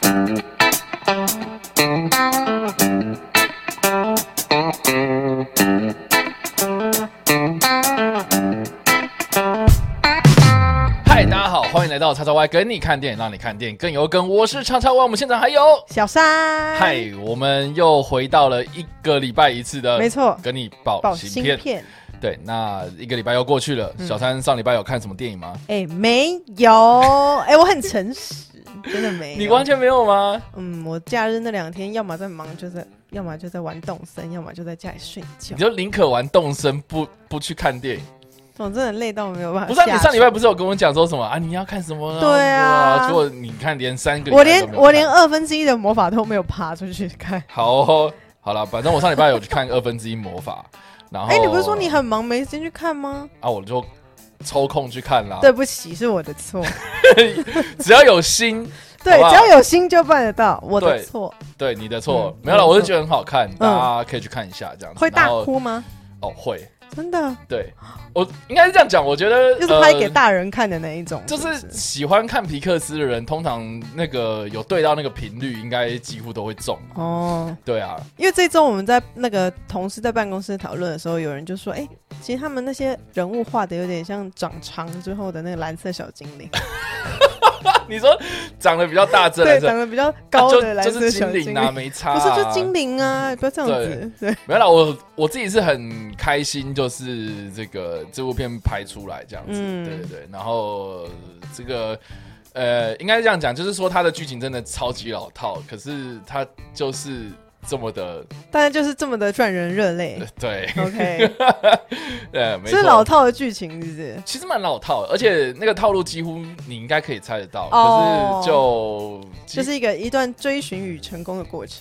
嗨，大家好，欢迎来到叉叉 Y 跟你看电影，让你看电影更有梗。我是叉叉 Y， 我们现场还有小山。 嗨，我们又回到了一个礼拜一次的， 没错， 跟你报新片。对，那一个礼拜又过去了。小山上礼拜有看什么电影吗？ 没有。我很诚实，真的没有。 你完全没有吗？ 我假日那2天，要么在忙，要么就在玩动森，要么就在家里睡觉。 你就宁可玩动森，不去看电影。 我真的累到没有办法。 不是、你上礼拜不是有跟我讲说什么啊？你要看什么呢？ 对啊， 结果你看连3个礼拜都没有看， 我连1/2的魔法都没有爬出去看。 好了，反正我上礼拜有去看1/2魔法。然后， 你不是说你很忙没时间去看吗？ 啊，我就抽空去看啦。 对不起，是我的错。 只要有心， 对，只要有心就办得到。我的错， 对你的错，没有了。我是觉得很好看，大家可以去看一下，这样子。 会大哭吗？ 哦，会。 真的， 对，我应该是这样讲，我觉得就是拍给大人看的那一种， 就是喜欢看皮克斯的人，通常那个有对到那个频率，应该几乎都会中哦。对啊， 因为这周我们在那个同事在办公室讨论的时候，有人就说，其实他们那些人物画的有点像长长之后的那个蓝色小精灵。 你说长得比较大只， 对，长得比较高的蓝色小精灵， 就是精灵啊，没差、 不是就精灵啊，不要这样子。对， 没有啦，我自己是很开心，就是这部片拍出来这样子，对，然后这个应该是这样讲，就是说它的剧情真的超级老套，可是它就是这么的， 当然就是这么的赚人热泪。 对 ，OK， 对，没错， 是老套的剧情，是不是？ 其实蛮老套的，而且那个套路几乎你应该可以猜得到，可是就是一段追寻与成功的过程。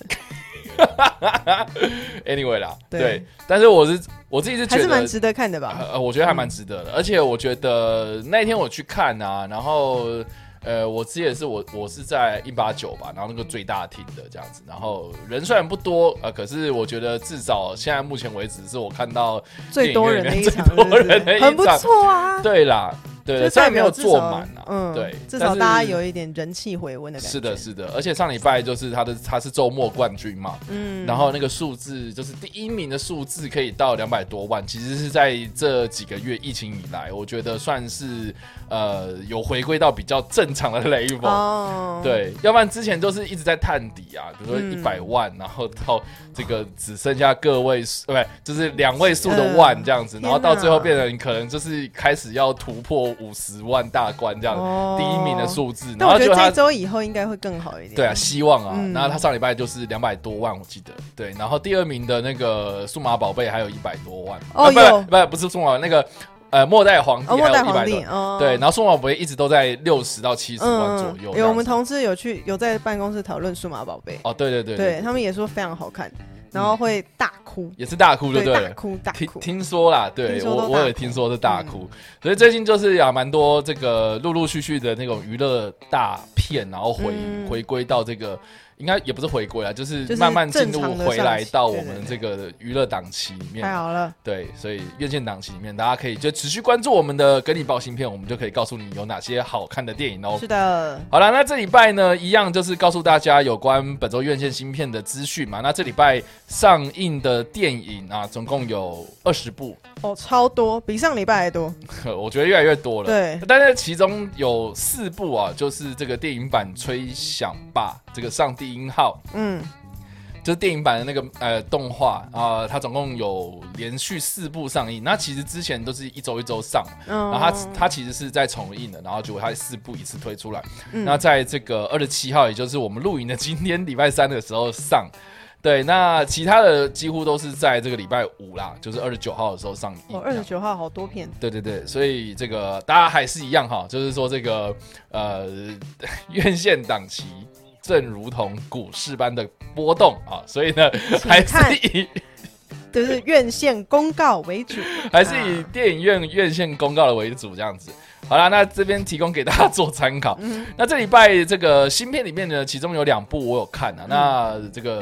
anyway 啦，对，但是我自己是觉得还是蛮值得看的吧？ 我觉得还蛮值得的，而且我觉得那一天我去看啊，然后我记得是我是在189吧，然后那个最大厅的这样子，然后人虽然不多可是我觉得至少现在目前为止是我看到最多人的一场， 很不错啊。 对啦。对，虽然没有坐满啊，对， 至少大家有一点人气回温的感觉。 是的，而且上礼拜就是他是周末冠军嘛，然后那个数字就是第1名的数字可以到200多万，其实是在这几个月疫情以来，我觉得算是有回归到比较正常的 level，对，要不然之前就是一直在探底啊，比如说100万，然后到这个只剩下个位数，对，就是2位数的万这样子，然后到最后变成可能就是开始要突破50万大关这样，第1名的数字。 但我觉得这周以后应该会更好一点。 对啊，希望啊。然后他上礼拜就是200多万，我记得。对，然后第2名的那个数码宝贝还有100多万。不是数码那个末代皇帝还有100多万。对，然后数码宝贝一直都在60到70万左右。 我们同事有在办公室讨论数码宝贝。 哦，对， 他们也说非常好看。然后会大哭， 也是大哭，对不对？ 大哭。 听说啦，对，我也听说是大哭，所以最近就是蛮多这个陆续的那种娱乐大片，然后回归到这个。应该也不是回归啦，就是慢慢进入回来到我们这个娱乐档期里面。 太好了， 对，所以院线档期里面，大家可以就持续关注我们的跟你报新片，我们就可以告诉你有哪些好看的电影哦。 是的， 好了，那这礼拜呢，一样就是告诉大家有关本周院线新片的资讯嘛。那这礼拜上映的电影啊，总共有20部。 超多，比上礼拜还多。 我觉得越来越多了。 对， 但是其中有4部啊，就是这个电影版《吹响吧》这个上帝音号，就是电影版的那个动画啊，它总共有连续4部上映。那其实之前都是一周上，然后它其实是在重映的，然后结果它4部一次推出来。那在这个27号，也就是我们录影的今天礼拜3的时候上。对，那其他的几乎都是在这个礼拜5啦，就是29号的时候上映。 29号好多片。 对，所以这个大家还是一样哈，就是说这个院线档期正如同股市般的波动啊，所以呢还是以就是院线公告为主， 还是以电影院院线公告的为主这样子。好啦，那这边提供给大家做参考。那这礼拜这个新片里面呢，其中有2部我有看啊。那这个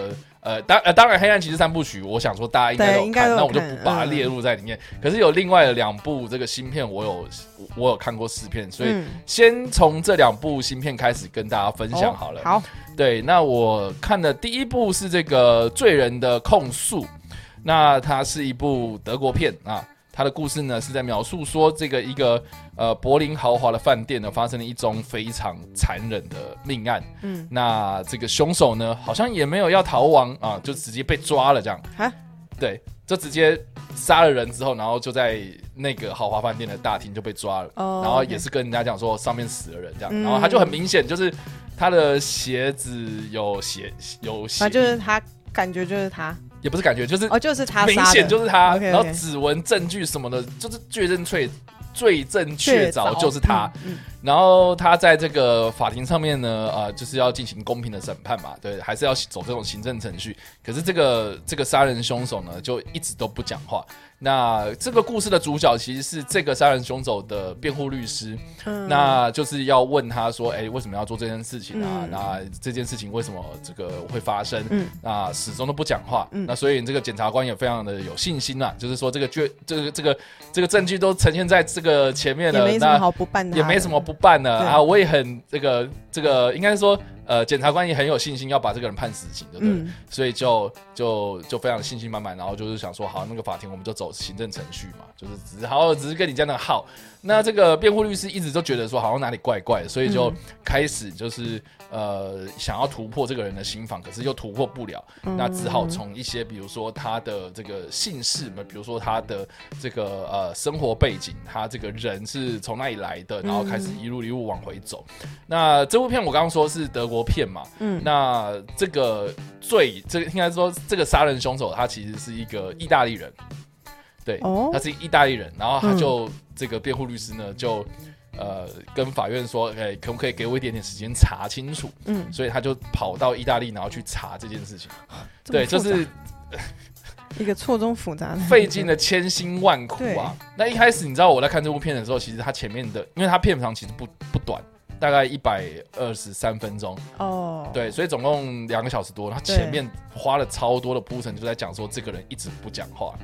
当然《黑暗骑士》3部曲，我想说大家应该都有看，那我就不把它列入在里面。可是有另外的2部这个新片，我有看过试片，所以先从这2部新片开始跟大家分享好了。 好， 对，那我看的第一部是这个《罪人的控诉》，那它是一部德国片啊。他的故事呢是在描述说，这个一个柏林豪华的饭店呢发生了一宗非常残忍的命案。那这个凶手呢好像也没有要逃亡啊，就直接被抓了这样。对，就直接杀了人之后，然后就在那个豪华饭店的大厅就被抓了。然后也是跟人家讲说上面死了人这样。然后他就很明显就是他的鞋子有血， 就是他感觉就是他。 也不是感觉，就是就是他， 明显就是他， okay, 然后指纹证据什么的，就是罪证确凿就是他。然后他在这个法庭上面呢，就是要进行公平的审判嘛，对，还是要走这种行政程序。可是这个杀人凶手呢，就一直都不讲话。那这个故事的主角其实是这个杀人凶手的辩护律师，那就是要问他说，为什么要做这件事情啊？那这件事情为什么这个会发生？那始终都不讲话。那所以这个检察官也非常的有信心啦，就是说这个证据都呈现在这个前面了， 也没什么好不办的， 也没什么不办的啊。我也很这个应该说。检察官也很有信心要把这个人判死刑，对不对？所以就非常信心满满，然后就是想说，好，那个法庭我们就走行政程序嘛，就是只是跟你这样的耗。那这个辩护律师一直都觉得说好像哪里怪怪的，所以就开始就是想要突破这个人的心防，可是又突破不了，那只好从一些比如说他的这个姓氏嘛，比如说他的这个生活背景，他这个人是从哪里来的，然后开始一路往回走。那这部片我刚刚说是德国片嘛，那这个应该说这个杀人凶手他其实是一个意大利人。对，他是意大利人，然后他就这个辩护律师呢，就跟法院说，可不可以给我一点点时间查清楚？所以他就跑到意大利，然后去查这件事情。对，就是一个错综复杂的， 费尽了千辛万苦啊。那一开始你知道我在看这部片的时候，其实他前面的，因为他片长其实不短。大概123分钟对，所以总共2个小时多。他前面花了超多的铺陈，就在讲说这个人一直不讲话。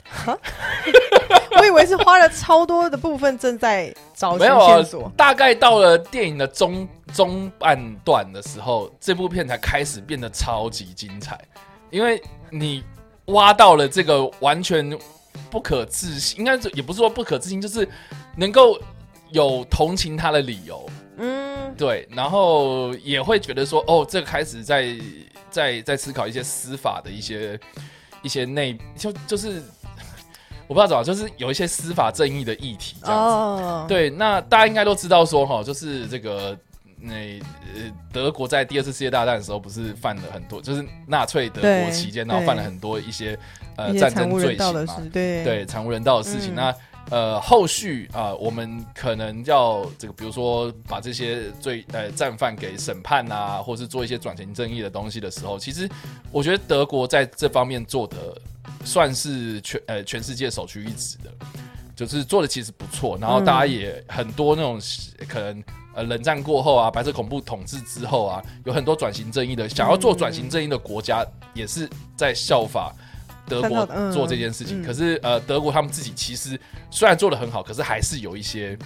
我以为是花了超多的部分正在找寻线索。 大概到了电影的中半段的时候，这部片才开始变得超级精彩，因为你挖到了这个完全不可置信，应该也不是说不可置信，就是能够有同情他的理由。对，然后也会觉得说，这个开始在思考一些司法的一些就是我不知道怎么，就是有一些司法正义的议题这样子。对，那大家应该都知道说，就是这个德国在第2次世界大战的时候，不是犯了很多，就是纳粹德国期间，然后犯了很多一些战争罪行嘛，对，惨无人道的事情。那后续我们可能要这个，比如说把这些战犯给审判啊，或是做一些转型正义的东西的时候，其实我觉得德国在这方面做的算是全世界首屈一指的，就是做的其实不错。然后大家也很多那种可能冷战过后啊，白色恐怖统治之后啊，有很多转型正义的想要做转型正义的国家，也是在效法德国做这件事情。可是德国他们自己其实虽然做得很好，可是还是有一些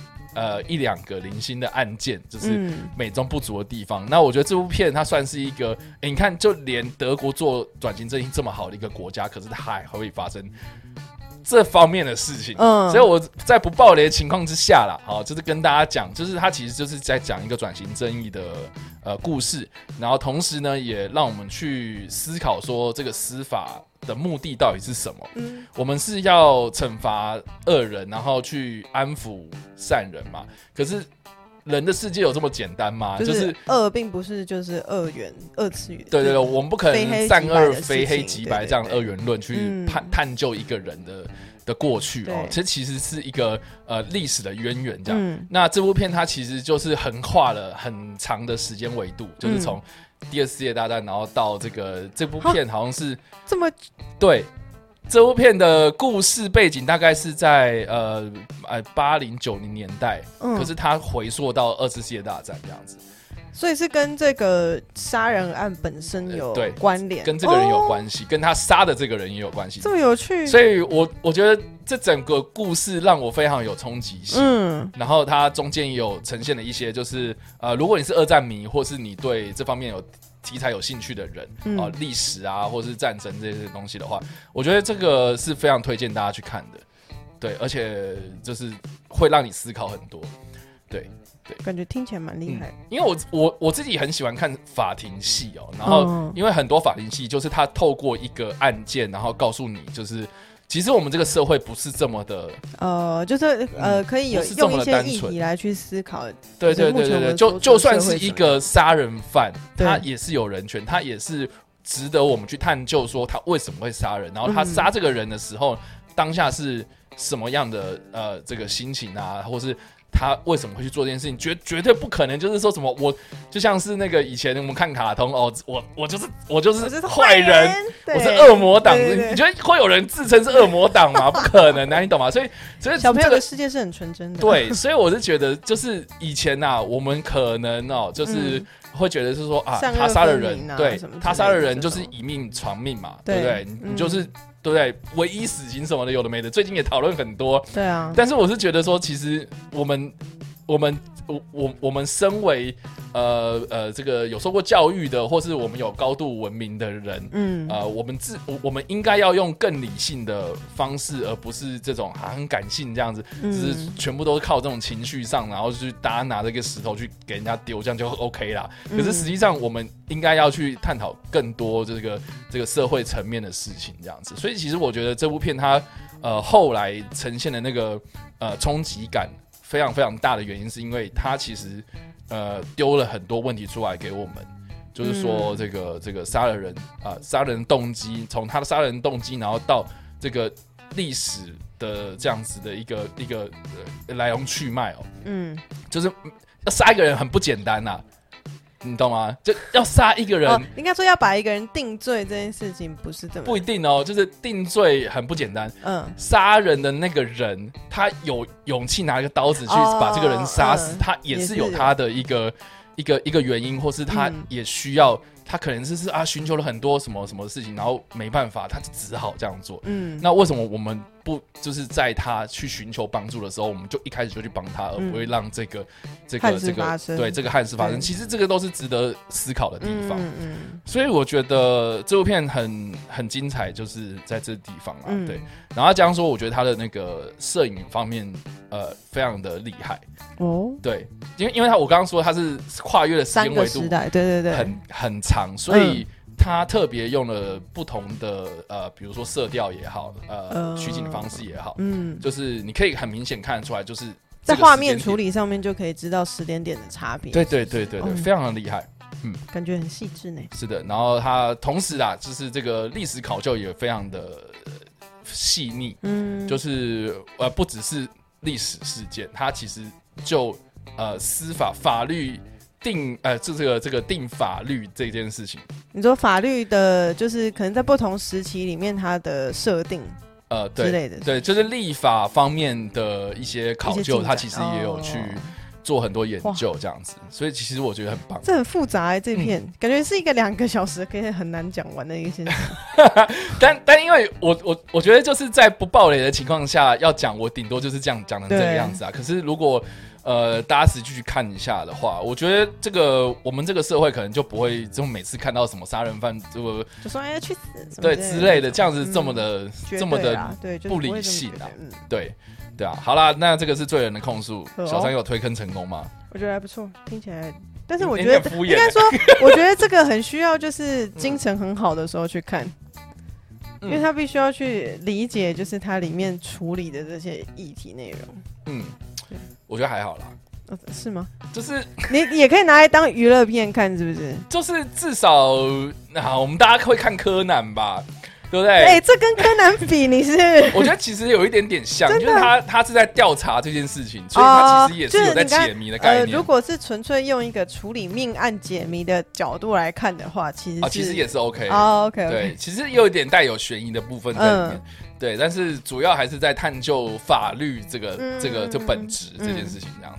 1-2个零星的案件，就是美中不足的地方。那我觉得这部片它算是一个，你看就连德国做转型正义这么好的一个国家，可是它还会发生这方面的事情。所以我在不爆雷的情况之下啦，就是跟大家讲，就是它其实就是在讲一个转型正义的故事，然后同时呢也让我们去思考说这个司法的目的到底是什么。我们是要惩罚恶人，然后去安抚善人嘛？可是人的世界有这么简单吗？就是恶并不是就是二次元。 对，我们不可能善恶非黑即白这样二元论去探究一个人的过去这其实是一个历史的渊源这样。那这部片它其实就是横跨了很长的时间维度，就是从第2次世界大战，然后到这部片好像是这么对。这部片的故事背景大概是在80、90年代，可是它回溯到2次世界大战这样子。 所以是跟这个杀人案本身有关联， 跟这个人有关系，跟他杀的这个人也有关系， 这么有趣。 所以我觉得这整个故事让我非常有冲击性。然后它中间也有呈现了一些，就是如果你是二战迷，或是你对这方面有题材有兴趣的人，历史啊，或是战争这些东西的话，我觉得这个是非常推荐大家去看的。对，而且就是会让你思考很多。对， 感觉听起来蛮厉害的。 因为我自己很喜欢看法庭戏哦，然后因为很多法庭戏就是他透过一个案件，然后告诉你，就是其实我们这个社会不是这么的， 就是可以用一些议题来去思考。 对，就算是一个杀人犯，他也是有人权，他也是值得我们去探究说他为什么会杀人，然后他杀这个人的时候，当下是什么样的这个心情啊，或是他为什么会去做这件事情？绝对不可能，就是说什么我就像是那个以前我们看卡通哦，我就是坏人，我是恶魔党。你觉得会有人自称是恶魔党吗？不可能啊，你懂吗？所以小朋友的世界是很纯真的。 对，所以我是觉得，就是以前啊，我们可能就是会觉得是说他杀了人，对，他杀了人就是以命偿命嘛，对不对？你就是。对不对？唯一死刑什么的，有的没的，最近也讨论很多。 对啊， 但是我是觉得说，其实我们身为这个有受过教育的，或是我们有高度文明的人，我们应该要用更理性的方式，而不是这种很感性这样子，就是全部都是靠这种情绪上，然后就是大家拿着一个石头去给人家丢，这样就 OK 啦。可是实际上，我们应该要去探讨更多这个社会层面的事情，这样子。所以其实我觉得这部片它后来呈现的那个冲击感非常非常大的原因，是因为它其实丢了很多问题出来给我们，就是说这个杀了人杀人动机，从他的杀人动机，然后到这个历史的这样子的一个来龙去脉就是要杀一个人很不简单呐。你懂吗？就要杀一个人， 应该说要把一个人定罪这件事情不是这么不一定哦，就是定罪很不简单。杀人的那个人，他有勇气拿一个刀子去把这个人杀死，他也是有他的一个原因，或是他也需要，他可能是寻求了很多什么什么事情，然后没办法，他就只好这样做。那为什么我们不就是在他去寻求帮助的时候，我们就一开始就去帮他，而不会让这个憾事发生？ 对，这个憾事发生，其实这个都是值得思考的地方。所以我觉得这部片很精彩，就是在这地方啦。对，然后这样说，我觉得他的那个摄影方面，非常的厉害哦。对，因为我刚刚说他是跨越了时间维度，对，很长，所以。他特别用了不同的比如说色调也好，取景的方式也好，就是你可以很明显看得出来，就是在画面处理上面就可以知道时间点的差别。 对，非常的厉害， 感觉很细致呢。 是的，然后他同时就是这个历史考究也非常的细腻，就是不只是历史事件，它其实就司法律。定这个定法律这件事情， 你说法律的，就是可能在不同时期里面它的设定，之类的， 对，就是立法方面的一些考究，它其实也有去做很多研究这样子，所以其实我觉得很棒。 这很复杂这片感觉是一个2个小时可以很难讲完的一件事。 但因为我觉得就是在不爆雷的情况下要讲，我顶多就是这样讲成这个样子啊。可是如果大家实际去看一下的话，我觉得我们这个社会可能就不会就每次看到什么杀人犯就说去死对之类的这样子这么的不理性啊，对啊。好啦，那这个是罪人的控诉，小三有推坑成功吗？ 我觉得还不错，听起来。但是我觉得应该说，我觉得这个很需要就是精神很好的时候去看，因为他必须要去理解就是它里面处理的这些议题内容。 我觉得还好啦。 是吗？ 就是你也可以拿来当娱乐片看，是不是？ 就是至少我们大家会看柯南吧，对不对？ 这跟柯南比，你是？ 我觉得其实有一点点像，就是他是在调查这件事情，所以他其实也是有在解谜的概念。 如果是纯粹用一个处理命案解谜的角度来看的话，其实也是 OK。 OK， 对，其实有一点带有悬疑的部分在里面。对，但是主要还是在探究法律这个本质这件事情这样子。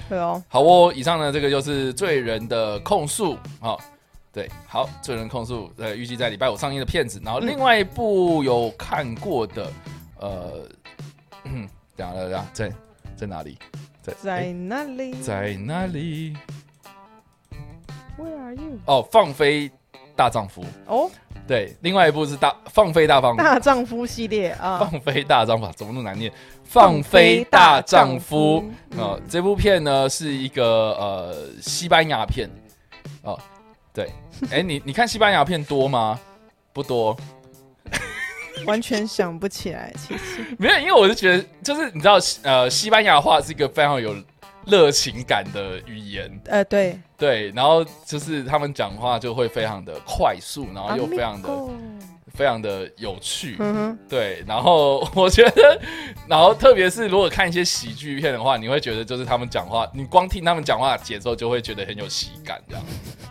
好哦，以上呢这个就是罪人的控诉对，好，罪人控诉预计在礼拜五上映的片子。然后另外一部有看过的等一下在哪里？ 在哪里？ 在哪里 ？Where are you？ 放飞大丈夫对，另外一部是放飞大丈夫系列啊， 放飞大丈夫怎么那么难念？放飞大丈夫这部片呢是一个西班牙片对，你看西班牙片多吗？不多。 完全想不起来，其实没有，因为我是觉得，就是你知道，西班牙话是一个非常有热情感的语言，对，然后就是他们讲话就会非常的快速，然后又非常的有趣，对，然后我觉得，然后特别是如果看一些喜剧片的话，你会觉得就是他们讲话，你光听他们讲话的节奏就会觉得很有喜感，这样。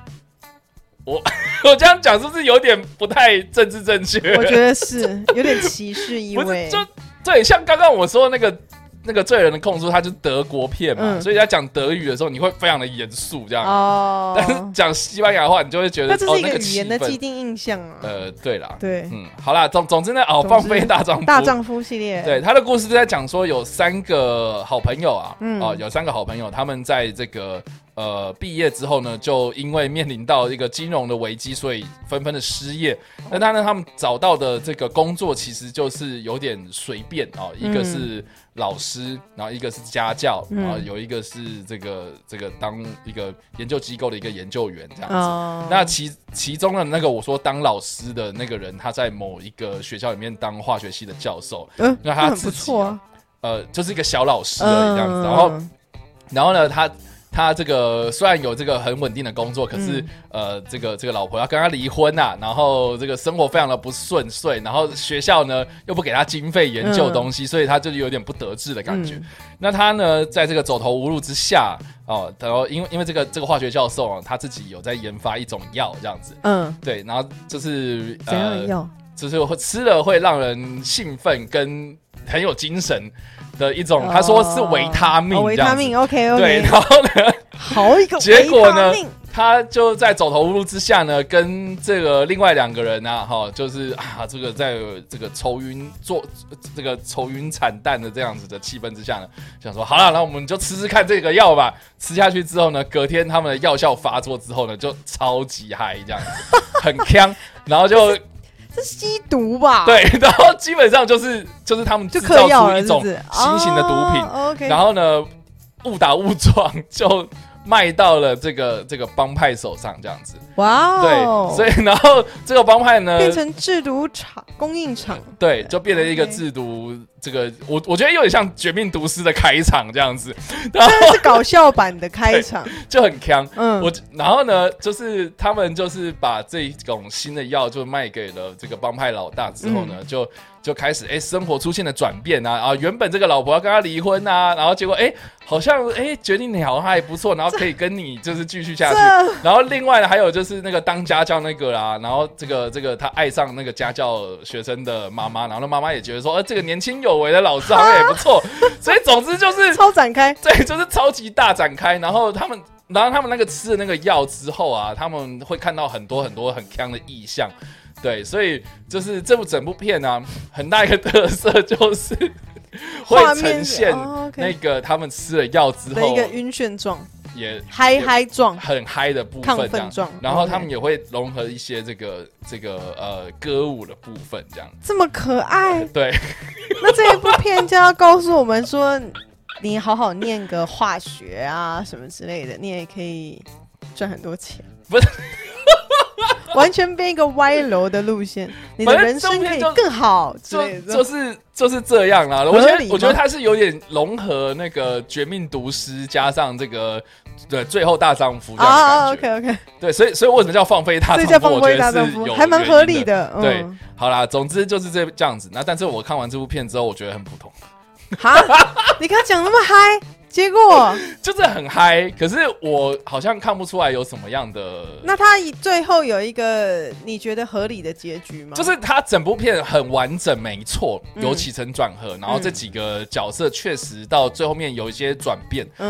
我这样讲是不是有点不太政治正确？ 我觉得是有点歧视意味。 对，像刚刚我说那个罪人的控诉，它就是德国片嘛，所以他讲德语的时候，你会非常的严肃这样。但是讲西班牙话，你就会觉得那这是一个语言的既定印象啊。 对啦， 对， 好啦，总之呢，放飞大丈夫系列， 对，他的故事就在讲说有3个好朋友有3个好朋友，他们在这个毕业之后呢，就因为面临到一个金融的危机，所以纷纷的失业。那他们找到的这个工作其实就是有点随便一个是老师，然后一个是家教，然后有一个是这个当一个研究机构的一个研究员这样子。那其中的那个我说当老师的那个人，他在某一个学校里面当化学系的教授，那他自己就是一个小老师而已这样子。然后呢，他这个虽然有这个很稳定的工作，可是这个老婆要跟他离婚然后这个生活非常的不顺遂，然后学校呢又不给他经费研究东西，所以他就有点不得志的感觉。那他呢在这个走投无路之下然后因为这个化学教授他自己有在研发一种药这样子，对，然后就是怎样的药？ 就是吃了会让人兴奋跟很有精神的一种，他说是维他命， 维他命 OK， 对，然后呢， 好一个结果呢，他就在走投无路之下呢，跟这个另外2个人就是这个在这个愁云惨淡的这样子的气氛之下呢，想说好了，那我们就吃吃看这个药吧。吃下去之后呢，隔天他们的药效发作之后呢，就超级嗨这样子，很呛，然后就。 是吸毒吧？ 对，然后基本上就是他们制造出一种新型的毒品，然后呢误打误撞就卖到了这个帮派手上这样子。 哇， 对，所以然后这个帮派呢变成制毒厂供应厂， 对，就变成一个制毒这个我觉得有点像绝命毒师的开场这样子， 真的是搞笑版的开场， 就很强。然后呢，就是他们就是把这种新的药就卖给了这个帮派老大之后呢，就开始生活出现了转变原本这个老婆要跟他离婚然后结果好像决定你好像还不错，然后可以跟你就是继续下去。然后另外呢，还有就是那个当家教那个然后这个他爱上那个家教学生的妈妈，然后那妈妈也觉得说这个年轻有为的老师好像也不错，所以总之就是超展开， 对，就是超级大展开。然后他们那个吃了那个药之后他们会看到很多很多很鏘的意象。对，所以就是整部片很大一个特色就是会呈现那个他们吃了药之后的一个晕眩状， 也嗨状， 很嗨的部分， 亢奋状。 然后他们也会融合一些这个歌舞的部分，这样这么可爱。 对， 那这一部片就要告诉我们说，你好好念个化学什么之类的，你也可以赚很多钱。 不是。 完全变一个歪楼的路线，你的人生可以更好之类的， 就是这样啦。我觉得它是有点融合那个绝命毒师加上这个对最后大丈夫这样的感觉。 OK， 对，所以为什么叫放飞大丈夫？我觉得是有还蛮合理的。 对，好啦，总之就是这样子。那但是我看完这部片之后，我觉得很普通。 哈，你刚讲那么嗨。结果就是很嗨，可是我好像看不出来有什么样的。 那他最后有一个你觉得合理的结局吗？ 就是他整部片很完整，没错，有起承转合，然后这几个角色确实到最后面有一些转变。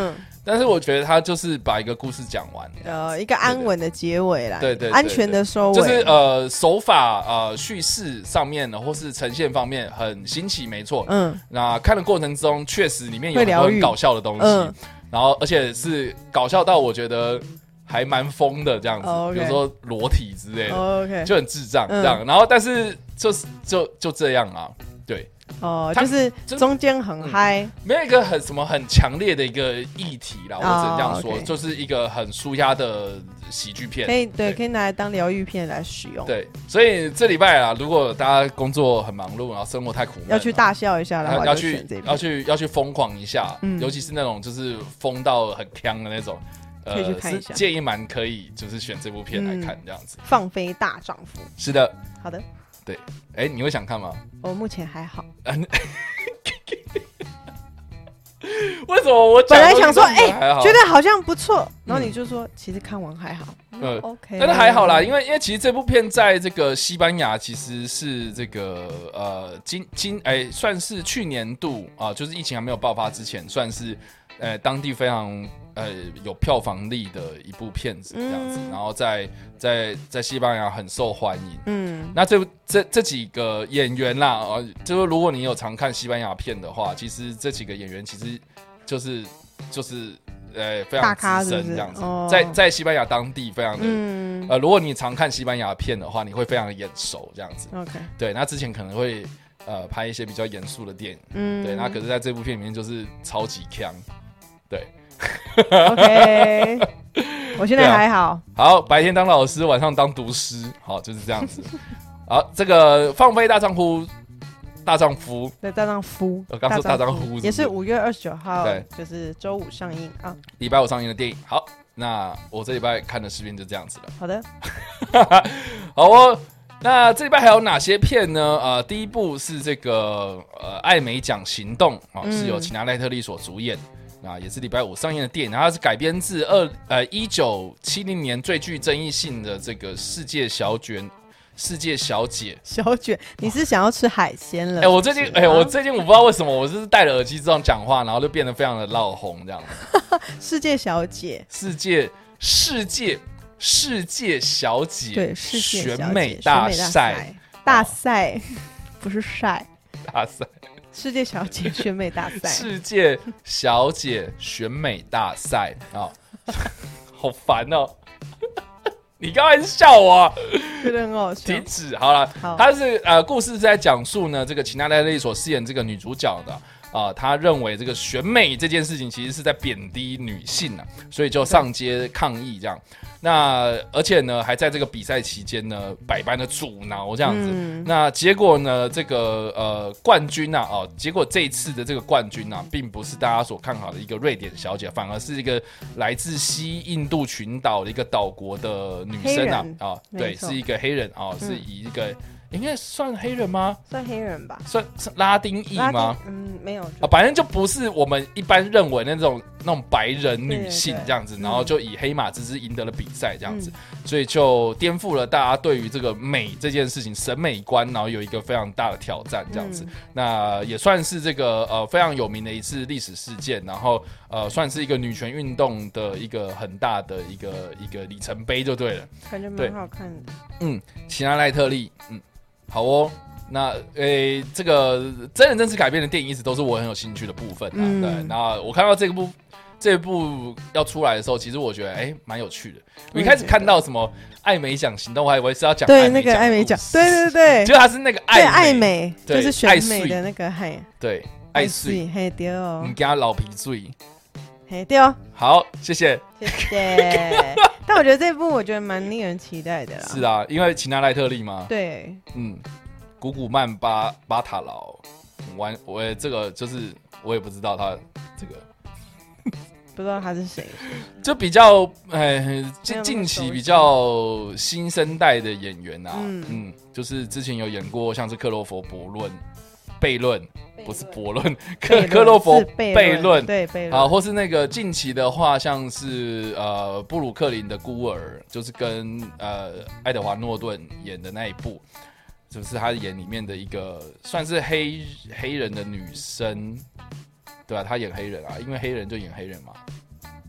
但是我觉得他就是把一个故事讲完， 一个安稳的结尾啦， 对对， 安全的收尾， 就是手法叙事上面或是呈现方面很新奇，没错。那看的过程中确实里面有很多很搞笑的东西，然后而且是搞笑到我觉得还蛮疯的这样子，比如说裸体之类的，就很智障这样。然后但是就这样啊，对。 就是中间很嗨， 没有一个很强烈的一个议题啦，我只能这样说，就是一个很舒压的喜剧片， 可以拿来当疗愈片来使用。 对，所以这礼拜啊，如果大家工作很忙碌，然后生活太苦闷， 要去大笑一下的话， 要去疯狂一下，尤其是那种就是疯到很呛的那种。 可以去看一下， 建议蛮可以，就是选这部片来看这样子。 放飞大丈夫。 是的， 好的。 对，你会想看吗？ 我目前还好。 为什么我本来想说，觉得好像不错，然后你就说，其实看完还好。OK， 但是还好啦，因为其实这部片在这个西班牙其实是这个算是去年度啊，就是疫情还没有爆发之前，算是当地非常有票房力的一部片子这样子，然后在西班牙很受欢迎。那这几个演员啦，就是如果你有常看西班牙片的话，其实这几个演员其实就是非常资深这样子，在西班牙当地非常的如果你常看西班牙片的话，你会非常的眼熟这样子。 OK， 对， 那之前可能会拍一些比较严肃的电影，对，那可是在这部片里面就是超级强，对。 OK， 我现在还好。 好，白天当老师，晚上当毒师，好，就是这样子。好，这个放飞大丈夫， 对，大丈夫， 我刚说大丈夫也是5月29号，对，就是周五上映啊， 礼拜五上映的电影。好，那我这礼拜看的视频就这样子了。 好的， 好哦。那这礼拜还有哪些片呢？第一部是这个艾美奖行动是由齐娜赖特利所主演。也是礼拜五上映的电影，然后它是改编自1970年最具争议性的这个世界小姐， 你是想要吃海鲜了？ 我最近我不知道为什么，我就是戴了耳机这样讲话，然后就变得非常的闹红这样。 世界小姐， 世界小姐， 对，世界选美大赛， 不是晒大赛。 世界小姐选美大赛， 世界小姐选美大赛啊，好烦哦！你刚才是笑我， 觉得很好笑。 停止好了，他是故事是在讲述呢，这个齐娜赖特利所饰演这个女主角的他认为这个选美这件事情其实是在贬低女性所以就上街抗议这样。那而且呢，还在这个比赛期间呢，百般的阻挠这样子。那结果呢，这个冠军结果这一次的这个冠军并不是大家所看好的一个瑞典小姐，反而是一个来自西印度群岛的一个岛国的女生对，是一个黑人是以一个。应该算黑人吗？ 算黑人吧。 算拉丁裔吗？ 没有反正就不是我们一般认为那种白人女性这样子，然后就以黑马之姿赢得了比赛这样子，所以就颠覆了大家对于这个美这件事情审美观，然后有一个非常大的挑战这样子。那也算是这个非常有名的一次历史事件，然后算是一个女权运动的一个很大的一个里程碑就对了。 感觉蛮好看的。 齐娜赖特利，好哦，那这个真人真事改编的电影一直都是我很有兴趣的部分对，那我看到这部要出来的时候，其实我觉得蛮有趣的。我一开始看到什么艾美奖行动，我还以为是要讲对那个艾美奖，对， 结果他是那个艾美，就是选美的那个对爱水， 嘿对哦， 你给他老皮水， 嘿对哦， 好，谢谢。 但我觉得这部我觉得蛮令人期待的啦。 是啊，因为齐娜赖特利嘛。 对， 古古曼巴塔劳，我这个就是我也不知道他这个， 不知道他是谁， 就比较近期比较新生代的演员就是之前有演过像是克洛佛悖论。不是悖论，克洛佛悖论， 对悖论或是那个近期的话，像是布鲁克林的孤儿，就是跟爱德华诺顿演的那一部，就是他演里面的一个算是黑人的女生，对吧？他演黑人因为黑人就演黑人嘛，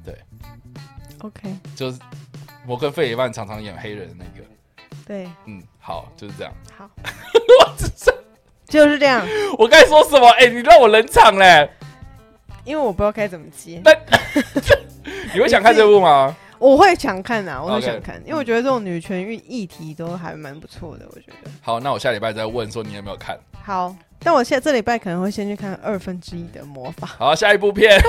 对 ，OK， 就是摩根费里曼常常演黑人的那个。 对， 好，就是这样。 好，就是这样。 我该说什么？你让我冷场嘞， 因为我不知道该怎么接。 你会想看这部吗？ 我会想看啊，我会想看， Okay. 因为我觉得这种女权议题都还蛮不错的，我觉得。 好，那我下礼拜再问说你有没有看。 好，但我这礼拜可能会先去看1/2的魔法。 好，下一部片。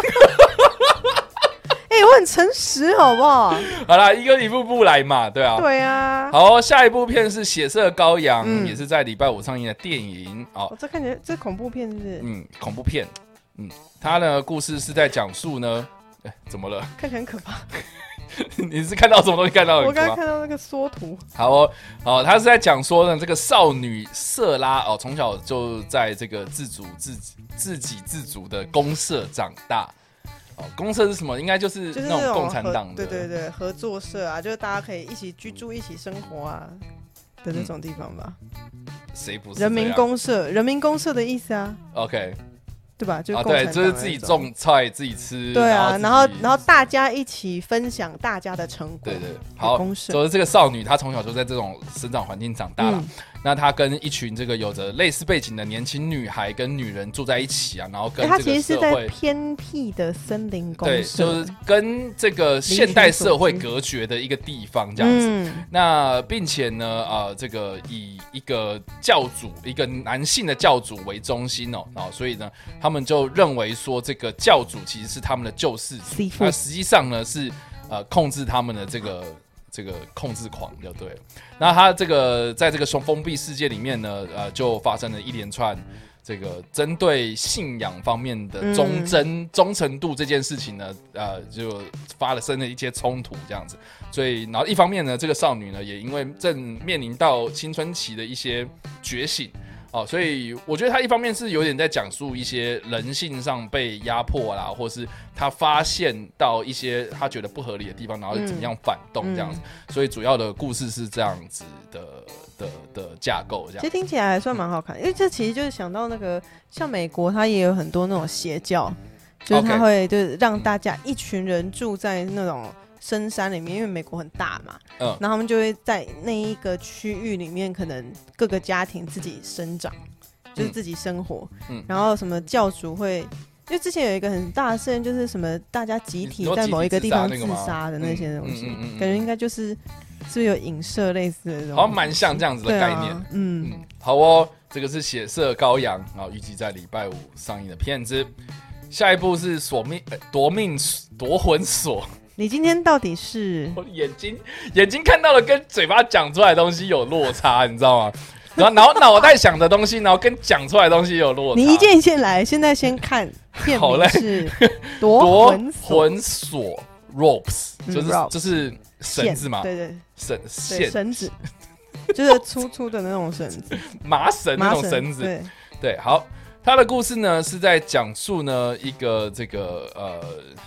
我很诚实，好不好？ 好啦，一步步来嘛，对啊。 对啊。 好，下一部片是《血色羔羊》，也是在礼拜5上映的电影。 这看起来这恐怖片是不是？ 恐怖片。它的故事是在讲述呢，怎么了？ 看起来很可怕。 你是看到什么东西看到？ 我刚刚看到那个缩图。 好他是在讲说呢，这个少女瑟拉从小就在这个自给自足的公社长大。公社是什么？应该就是那种共产党的， 对，合作社啊，就是大家可以一起居住、一起生活啊的那种地方吧。 谁不是人民公社？人民公社的意思啊。 OK。 对吧？就对， 就是自己种菜自己吃。 对啊，然后大家一起分享大家的成果。 对，好，就是这个少女，她从小就在这种生长环境长大了。那她跟一群这个有着类似背景的年轻女孩跟女人住在一起啊，然后跟这个社会，她其实是在偏僻的森林公社， 对，就是跟这个现代社会隔绝的一个地方这样子。那并且呢，这个以一个教主，一个男性的教主为中心所以呢，他们就认为说这个教主其实是他们的救世主，那实际上呢是控制他们的这个控制狂就对了。那他这个在这个封闭世界里面呢，就发生了一连串这个针对信仰方面的忠诚度这件事情呢，就发生了一些冲突这样子。所以，然后一方面呢，这个少女呢也因为正面临到青春期的一些觉醒。所以我觉得他一方面是有点在讲述一些人性上被压迫啦，或是他发现到一些他觉得不合理的地方，然后怎么样反动这样子。所以主要的故事是这样子的架构，这样。 其实听起来还算蛮好看，因为这其实就是想到那个像美国，它也有很多那种邪教，就是它会就是让大家一群人住在那种深山里面，因为美国很大嘛，然后他们就会在那一个区域里面，可能各个家庭自己生长，就是自己生活，然后什么教主会，因为之前有一个很大的事件，就是什么大家集体在某一个地方自杀的那些东西，感觉应该就是不是有影射类似的这种， 好像蛮像这样子的概念。好这个是血色羔羊，预计在礼拜5上映的片子。下一部是夺魂锁。 你今天到底是？ 我眼睛看到的跟嘴巴讲出来的东西有落差，你知道吗？然后脑袋想的东西，然后跟讲出来的东西有落差。 你一件一件来，现在先看片名是夺魂锁 ropes， 就是绳子嘛， 对， 绳子，就是粗粗的那种绳子， 麻绳那种绳子。对，好，他的故事呢是在讲述呢一个这个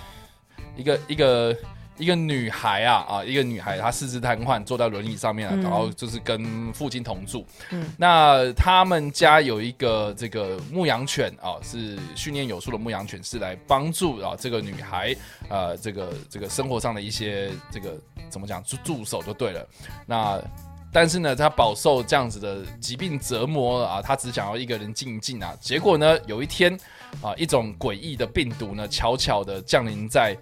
一个女孩一个女孩，她四肢瘫痪，坐在轮椅上面然后就是跟父亲同住。那他们家有一个这个牧羊犬是训练有素的牧羊犬，是来帮助这个女孩这个生活上的一些这个怎么讲助手就对了。那但是呢，她饱受这样子的疾病折磨她只想要一个人静一静结果呢，有一天一种诡异的病毒呢，悄悄的降临在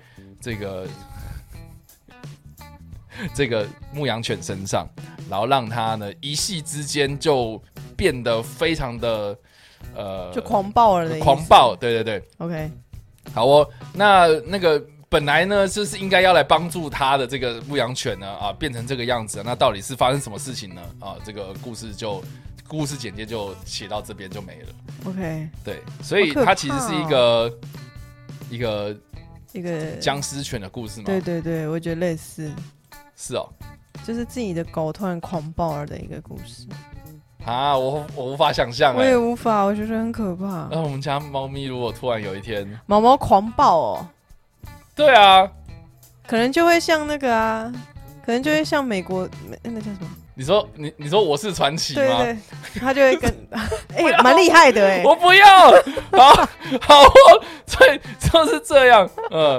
这个牧羊犬身上，然后让它呢一夕之间就变得非常的就狂暴了的意思。 狂暴，对 OK， 好那个本来呢就是应该要来帮助他的这个牧羊犬呢变成这个样子，那到底是发生什么事情呢？这个故事简介就写到这边就没了。 OK， 对，所以它其实是一个僵尸犬的故事吗？ 对，我觉得类似。 是就是自己的狗突然狂暴了的一个故事我无法想象。 我也无法，我觉得很可怕。 那我们家猫咪如果突然有一天毛狂暴对啊， 可能就会像那个可能就会像美国那叫什么？ 你说我是传奇吗？ 对，他就会跟蛮厉害的我不要，好，所以就是这样，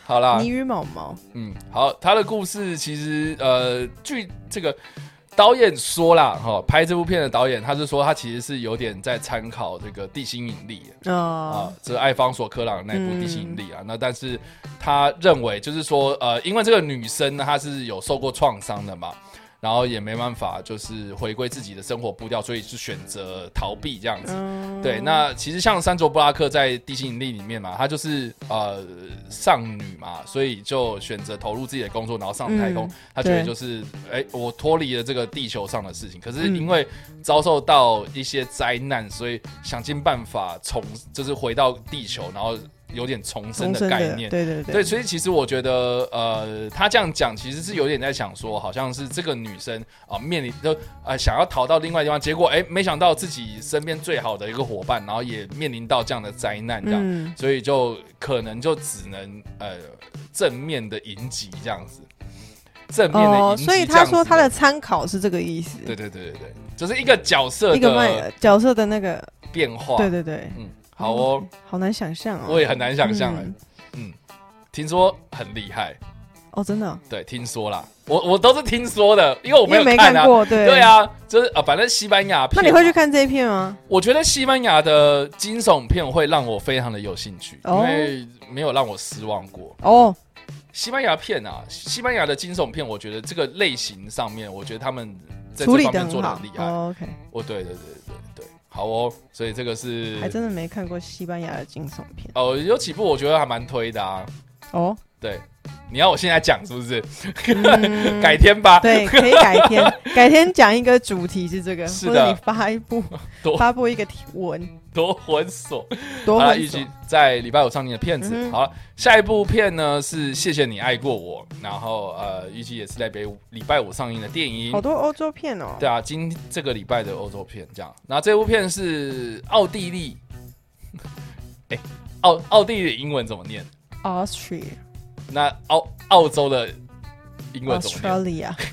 好啦， 你与毛毛， 好，他的故事其实据这个导演说啦，拍这部片的导演他是说他其实是有点在参考这个地心引力这艾方索科朗的那部地心引力那但是他认为就是说因为这个女生呢她是有受过创伤的嘛。然后也没办法，就是回归自己的生活步调，所以就选择逃避这样子。对，那其实像山卓布拉克在《地心引力》里面嘛，她就是少女嘛，所以就选择投入自己的工作，然后上太空。她觉得就是我脱离了这个地球上的事情，可是因为遭受到一些灾难，所以想尽办法就是回到地球，然后。有点重生的概念， 对， 所以其实我觉得，他这样讲其实是有点在想说，好像是这个女生面临就想要逃到另外地方，结果没想到自己身边最好的一个伙伴，然后也面临到这样的灾难，这样，所以就可能就只能正面的迎击这样子，正面的迎击。 所以他说他的参考是这个意思， 对，就是一个角色的那个变化， 对。 好哦， 好难想象我也很难想象听说很厉害真的对，听说啦，我都是听说的，因为我没有看过，对啊，就是反正西班牙片。 那你会去看这一片吗？ 我觉得西班牙的惊悚片会让我非常的有兴趣，因为没有让我失望过西班牙片啊，西班牙的惊悚片，我觉得这个类型上面，我觉得他们在这方面做得很厉害。 OK， 对。好哦，所以这个是还真的没看过西班牙的惊悚片有几部我觉得还蛮推的对，你要我现在讲是不是？改天吧。 对，可以改天讲一个主题是这个， 是的， 或者你发布一个文。 多混琐，预计在礼拜五上映的片子。好了，下一部片呢是《谢谢你爱过我》，然后预计也是在礼拜五上映的电影。 好多欧洲片哦。 对啊，这个礼拜的欧洲片这样。然后这部片是奥地利，奥地利的英文怎么念 ？Austria。 那澳洲的英文怎么念 ？Australia。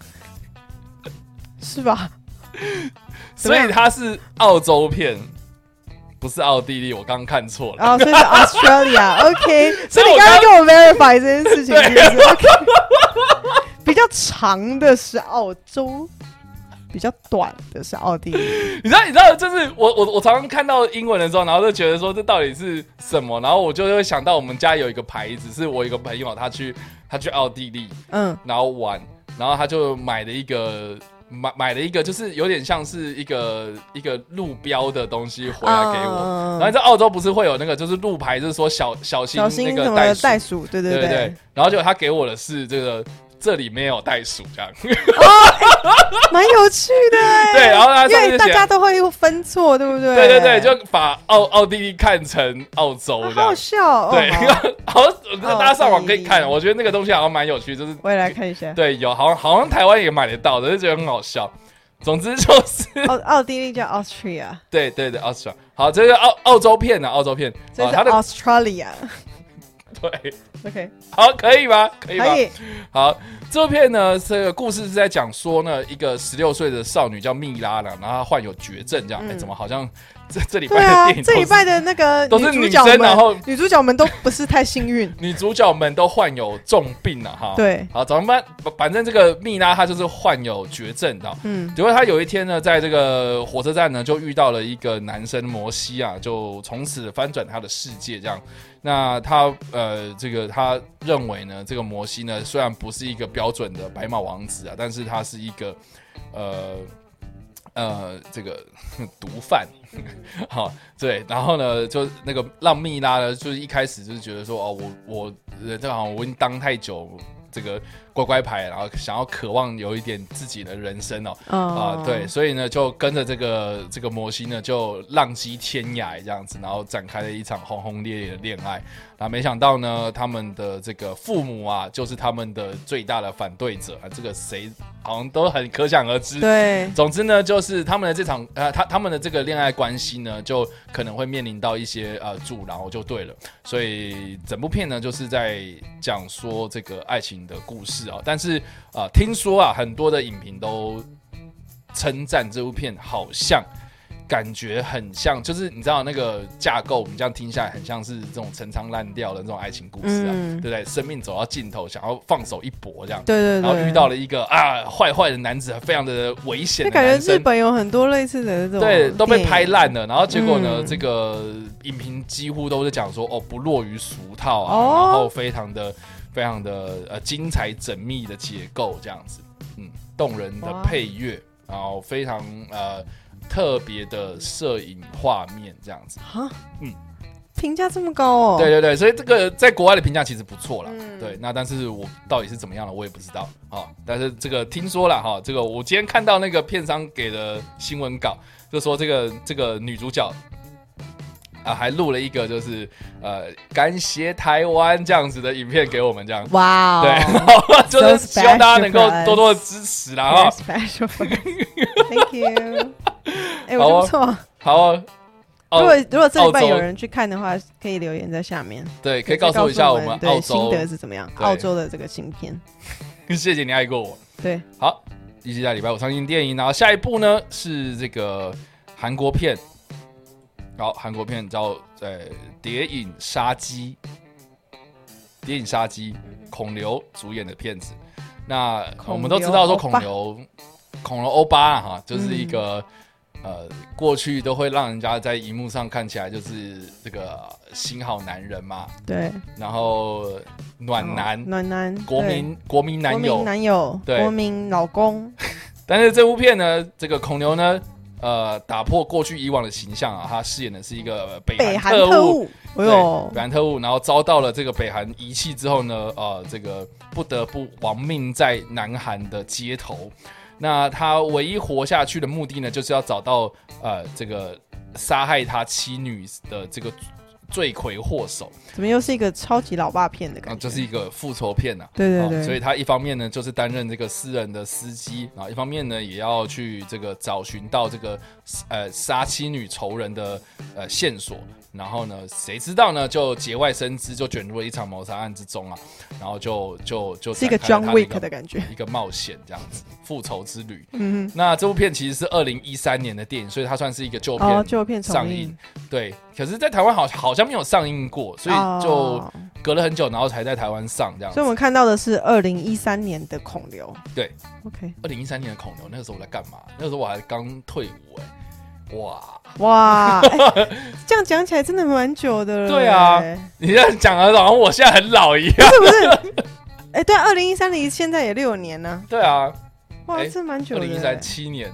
是吧？ 所以它是澳洲片。不是奥地利，我刚刚看错了。 所以是 Australia，OK。所以你刚刚跟我 verify 这件事情，OK。比较长的是澳洲，比较短的是奥地利。 你知道，就是我常常看到英文的时候，然后就觉得说这到底是什么，然后我就会想到我们家有一个牌子，是我一个朋友他去奥地利，然后玩，然后他就买了一个就是有点像是一个路标的东西回来给我，然后在澳洲不是会有那个就是路牌，就是说小心那个袋鼠，对， 然后就他给我的是这里没有袋鼠这样， 蛮有趣的对，然后他因为大家都会分错，对不对？ 对，就把奥地利看成澳洲这样， 好笑对，好，大家上网可以看，我觉得那个东西好像蛮有趣，就是我也来看一下， 对，有好像台湾也买得到的，就觉得很好笑。总之就是奥地利叫 Austria， 对 Austria。好，这个澳洲片呢， 这是 Australia。 对 ，OK， 好，可以吗？可以吗？ 可以。 好，这部片呢，这个故事是在讲说呢，一个16岁的少女叫蜜拉呢，然后她患有绝症，这样，怎么好像这礼拜的电影这礼拜的那个都是女生，然后女主角们都不是太幸运， 女主角们都患有重病了哈。 对， 好，怎么办？反正这个蜜拉她就是患有绝症的，结果她有一天呢，在这个火车站呢，就遇到了一个男生摩西啊，就从此翻转他的世界这样。那他他认为呢，这个摩西呢，虽然不是一个标准的白马王子啊，但是他是一个这个毒贩，好，对，然后呢，就那个让蜜拉呢，就是一开始就是觉得说，我这好像我已经当太久这个乖乖牌，然后想要渴望有一点自己的人生对，所以呢，就跟着这个摩西呢，就浪迹天涯这样子，然后展开了一场轰轰烈烈的恋爱。然后没想到呢，他们的这个父母啊，就是他们的最大的反对者啊，这个谁好像都很可想而知。 对， 总之呢，就是他们的这场他们的这个恋爱关系呢，就可能会面临到一些阻挠，就对了。所以整部片呢，就是在讲说这个爱情的故事啊。但是听说啊，很多的影评都称赞这部片好像感觉很像，就是你知道那个架构，我们这样听下来，很像是这种陈仓滥调的那种爱情故事啊，对不对？生命走到尽头，想要放手一搏这样， 对， 然后遇到了一个坏的男子，非常的危险的男生。 感觉日本有很多类似的这种， 对，都被拍烂了。然后结果呢，这个影评几乎都是讲说，不落于俗套啊，然后非常的精彩缜密的结构这样子，动人的配乐，然后非常特别的摄影画面这样子， 评价这么高哦。 对，所以这个在国外的评价其实不错啦。对，那但是我到底是怎么样的，我也不知道啊。但是这个听说了哈，这个我今天看到那个片商给的新闻稿，就说这个女主角还录了一个就是感谢台湾这样子的影片给我们这样。 哇、 对，就是希望大家能够多多的支持啦哈。 Special for us. Thank you. 我觉得不错。 好如果这礼拜有人去看的话，可以留言在下面。 对，可以告诉一下我们澳洲心得是怎么样，澳洲的这个新片。 谢谢你爱过我。 对， 好，预计在礼拜五上映电影，然后下一部呢是这个韩国片，好，韩国片叫《谍影杀机》，谍影杀机，孔刘主演的片子。那我们都知道说孔刘欧巴哈，就是一个。过去都会让人家在荧幕上看起来就是这个新好男人嘛， 对， 然后暖男，国民男友， 对， 国民老公。 但是这部片呢，这个孔刘呢，打破过去以往的形象啊，他饰演的是一个北韩特务，北韩特务，然后遭到了这个北韩遗弃之后呢，这个不得不亡命在南韩的街头。那他唯一活下去的目的呢，就是要找到这个杀害他妻女的这个罪魁祸首。 怎么又是一个超级老爸片的感觉？ 就是一个复仇片啊。 对， 所以他一方面呢，就是担任这个私人的司机，然后一方面呢，也要去这个找寻到这个杀妻女仇人的线索。然后呢，谁知道呢？就节外生枝，就卷入了一场谋杀案之中啊！然后就是一个 John Wick 的感觉， 一个冒险这样子，复仇之旅。那这部片其实是2013年的电影，所以它算是一个旧片上映。对，可是，在台湾好像没有上映过，所以就隔了很久，然后才在台湾上这样子。 所以我们看到的是2013年的孔刘。 对 ，OK， 2013年的孔刘，那个时候我在干嘛？那个时候我还刚退伍哇，这样讲起来真的蛮久的了。 对啊，你这样讲的好像我现在很老一样。 不是？对，2013离现在也6年呢。 对啊， 哇，这蛮久的。 2013 7年。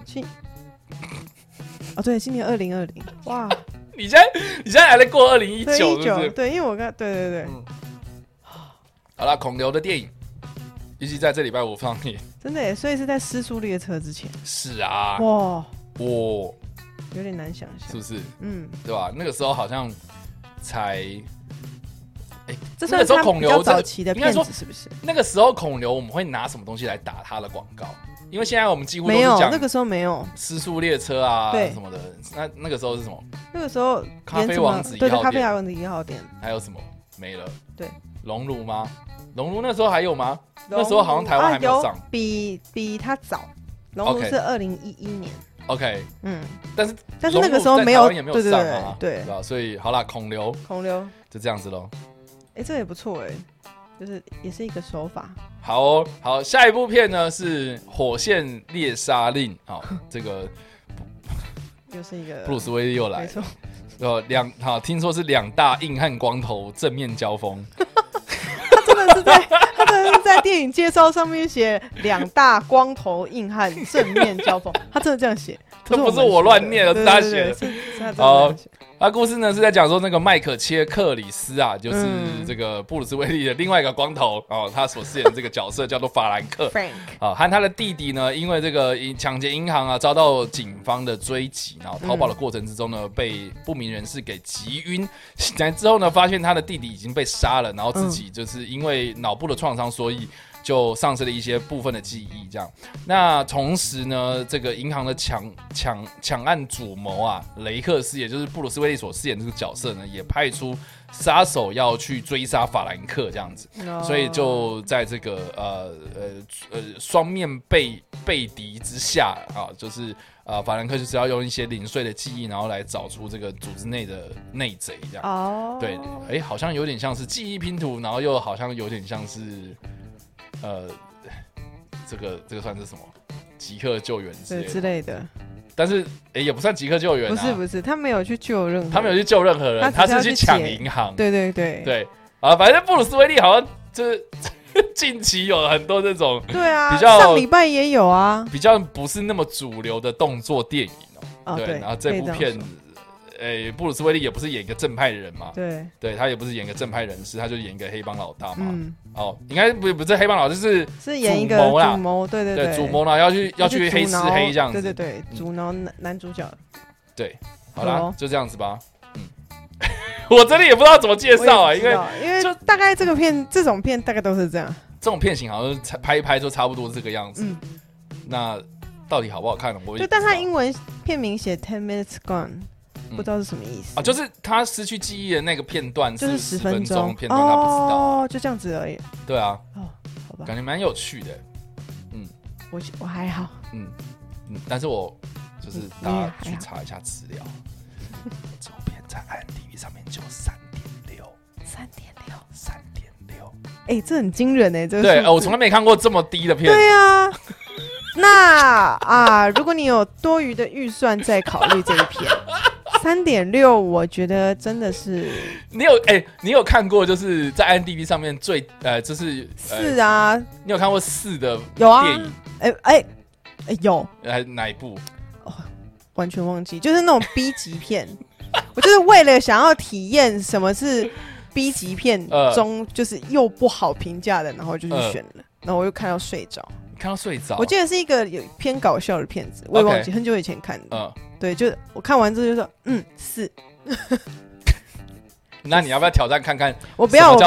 对，今年2020。哇， 你现在还在过2019，是不是？ 对，因为我刚对。 好啦，孔刘的电影预计在这礼拜五上映。 真的耶，所以是在《失速列车》之前。 是啊。 哇。有点难想象， 是不是？对吧？那个时候好像才， 这算是他比较早期的片子，是不是？ 那个时候孔刘我们会拿什么东西来打他的广告？因为现在我们几乎都是没有，那个时候没有失速列车啊什么的。那个时候是什么？ 那个时候咖啡王子1号店， 对，咖啡王子1号店。 还有什么？没了。 对， 熔炉吗？熔炉那时候还有吗？那时候好像台湾还没有上， 比他早。熔炉是2011年。 OK， 但是那个时候没有， 也没有上啊， 对， 所以好啦，孔刘就这样子咯。 这也不错就是也是一个手法。 好，下一部片呢是《火线猎杀令》这个又是一个布鲁斯威利又来， 没错。 听说是2大硬汉光头正面交锋。 他真的是在电影介绍上面写2大光头硬汉正面交锋，他真的这样写， 这不是我乱念的，是他写的。他故事呢是在讲说那个麦克切克里斯啊，就是这个布鲁斯威利的另外一个光头他所饰演的这个角色叫做法兰克 Frank 和他的弟弟呢，因为这个抢劫银行啊，遭到警方的追击，然后逃跑的过程之中呢，被不明人士给击晕。醒来之后呢，发现他的弟弟已经被杀了，然后自己就是因为脑部的创伤，所以就丧失了一些部分的记忆。这样，那同时呢，这个银行的抢案主谋啊，雷克斯，也就是布鲁斯威利所饰演这个角色呢，也派出杀手要去追杀法兰克这样子，所以就在这个双面背敌之下啊，就是法兰克就是要用一些零碎的记忆，然后来找出这个组织内的内贼这样。哦，对，好像有点像是记忆拼图，然后又好像有点像是这个算是什么即刻救援之类的。但是也不算即刻救援啊， 不是，他没有去救任何人， 他没有去救任何人，他是去抢银行。 对啊，反正布鲁斯威利好像就是近期有很多这种对啊， 比较上礼拜也有啊， 比较不是那么主流的动作电影对，然后这部片。布鲁斯威利也不是演一个正派的人嘛，对，他也不是演一个正派人士，他就演一个黑帮老大嘛。应该不是黑帮老大，是演一个主谋，对， 主谋呢要去黑吃黑这样子， 对，主挠男主角。 对，好啦，就这样子吧。我真的也不知道怎么介绍啊，因为就大概这种片大概都是这样， 这种片型好像拍一拍就差不多是这个样子。那到底好不好看呢？ 但他英文片名写 10 minutes gone。不知道是什么意思就是他失去记忆的那个片段就是 10分钟片段，他不知道就这样子而已。 对啊， 好吧， 感觉蛮有趣的。 我还好。 但是我就是大家去查一下资料，这部片在 IMDb 上面就3.6， 这很惊人这个对，我从来没看过这么低的片。 对啊。那如果你有多余的预算，再考虑这一片。3.6，我觉得真的是。 你有看过就是在 IMDb 上面就是 4啊？ 你有看过4的电影？ 有。 哪一部？ 完全忘记，就是那种 B 级片。我就是为了想要体验什么是 B 级片中就是又不好评价的，然后就去选了，然后我又看到睡着。我记得是一个有偏搞笑的片子，我也忘记很久以前看的。对，就我看完之后就说4。 那你要不要挑战看看？ 我不要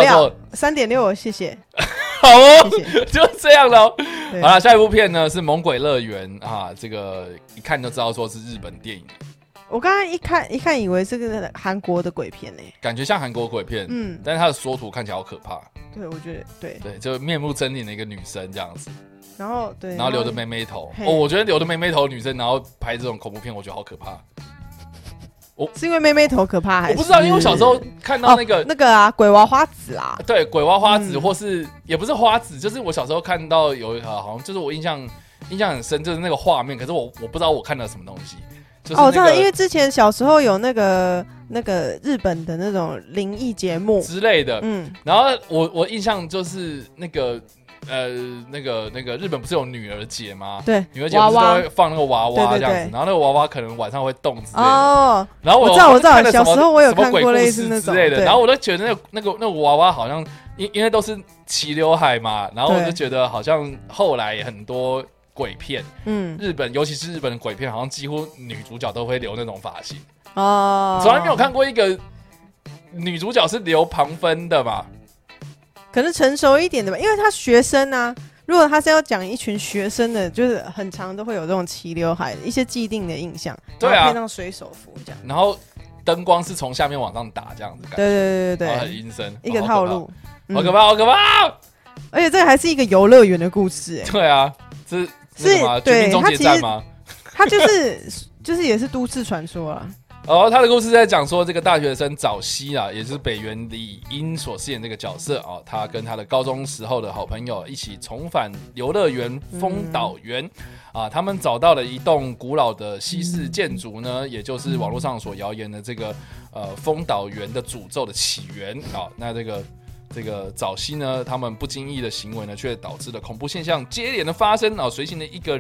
3.6，谢谢。 好哦，就这样咯。好了，下一部片呢是《猛鬼乐园》啊，这个一看就知道说是日本电影。 我刚刚一看以为是个韩国的鬼片感觉像韩国鬼片，但是它的缩图看起来好可怕。 对，我觉得对， 就面目狰狞的一个女生这样子。 然后留着妹妹头。我觉得留着妹妹头的女生，然后拍这种恐怖片，我觉得好可怕。 是因为妹妹头可怕还是？ 我不知道，因为我小时候看到那个鬼娃花子啊， 对，鬼娃花子，或是也不是花子，就是我小时候看到有好像就是我印象很深，就是那个画面，可是我不知道我看了什么东西。 我知道，因为之前小时候有那个日本的那种灵异节目之类的，然后我印象就是那个日本不是有女儿节吗？ 对， 女儿节不是都会放那个娃娃这样子，然后那个娃娃可能晚上会动之类的。然后我知道，小时候我有看过类似那种之类的，然后我都觉得那个娃娃好像因为都是齐刘海嘛，然后我就觉得好像后来很多鬼片，日本尤其是日本的鬼片，好像几乎女主角都会留那种发型。从来没有看过一个女主角是留旁分的嘛？ 可能成熟一点的吧，因为他学生啊。如果他是要讲一群学生的，就是很常都会有这种齐刘海，一些既定的印象， 对啊， 配上水手服这样， 然后灯光是从下面往上打这样子， 对， 然后很阴森， 一个套路， 好可怕，好可怕！ 而且这个还是一个游乐园的故事， 对啊，这是什么？绝命终结站吗？ 他就是也是都市传说啊。 他的故事在讲说，这个大学生早希啊，也就是北原里英所饰演这个角色啊，他跟他的高中时候的好朋友一起重返游乐园丰岛园啊，他们找到了一栋古老的西式建筑呢，也就是网络上所谣言的这个丰岛园的诅咒的起源啊。那这个早期呢，他们不经意的行为呢，却导致了恐怖现象接连的发生啊，随行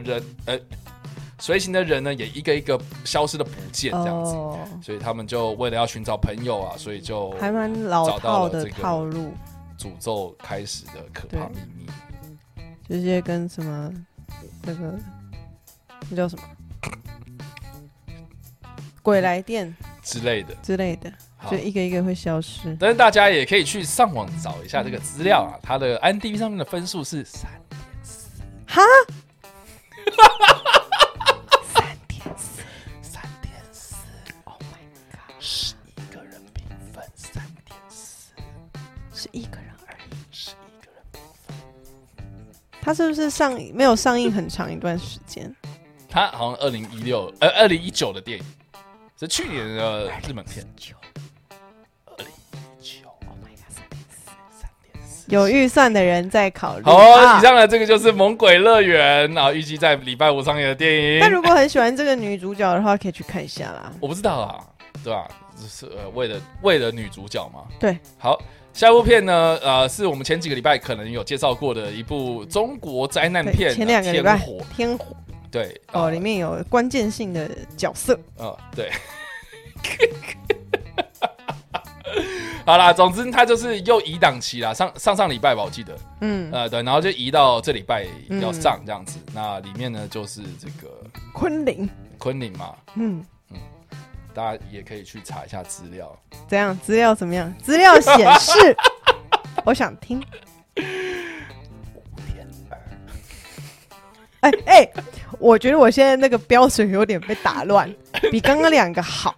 的人呢，也一个一个消失的不见，这样子，所以他们就为了要寻找朋友啊，所以就还蛮老套的套路， 诅咒开始的可怕秘密， 这些跟什么那叫什么鬼来电之类的。 就一个一个会消失。 但是大家也可以去上网找一下这个资料啊，它的 IMDb 上面的分数是3.4。 哈 3.4 ，Oh my god， 11个人评分 3.4，11个人而已 ，11个人评分。 他是不是没有上映很长一段时间？ 他好像2019的电影，是去年的日本片。 有预算的人在考虑。 好，以上的这个就是《猛鬼乐园》，然后预计在礼拜5上映的电影。 但如果很喜欢这个女主角的话，可以去看一下啦。 我不知道啊，对吧？就是为了女主角嘛。 对。 好，下一部片呢，是我们前几个礼拜可能有介绍过的一部中国灾难片， 前2个礼拜天火。 对。 里面有关键性的角色。 对。好啦，总之它就是又移档期啦，上礼拜吧，我记得，对，然后就移到这礼拜要上这样子。那里面呢就是这个昆凌嘛，大家也可以去查一下资料。 怎样？资料怎么样？资料显示，我想听。5.2。我觉得我现在那个标准有点被打乱，比刚刚2个好。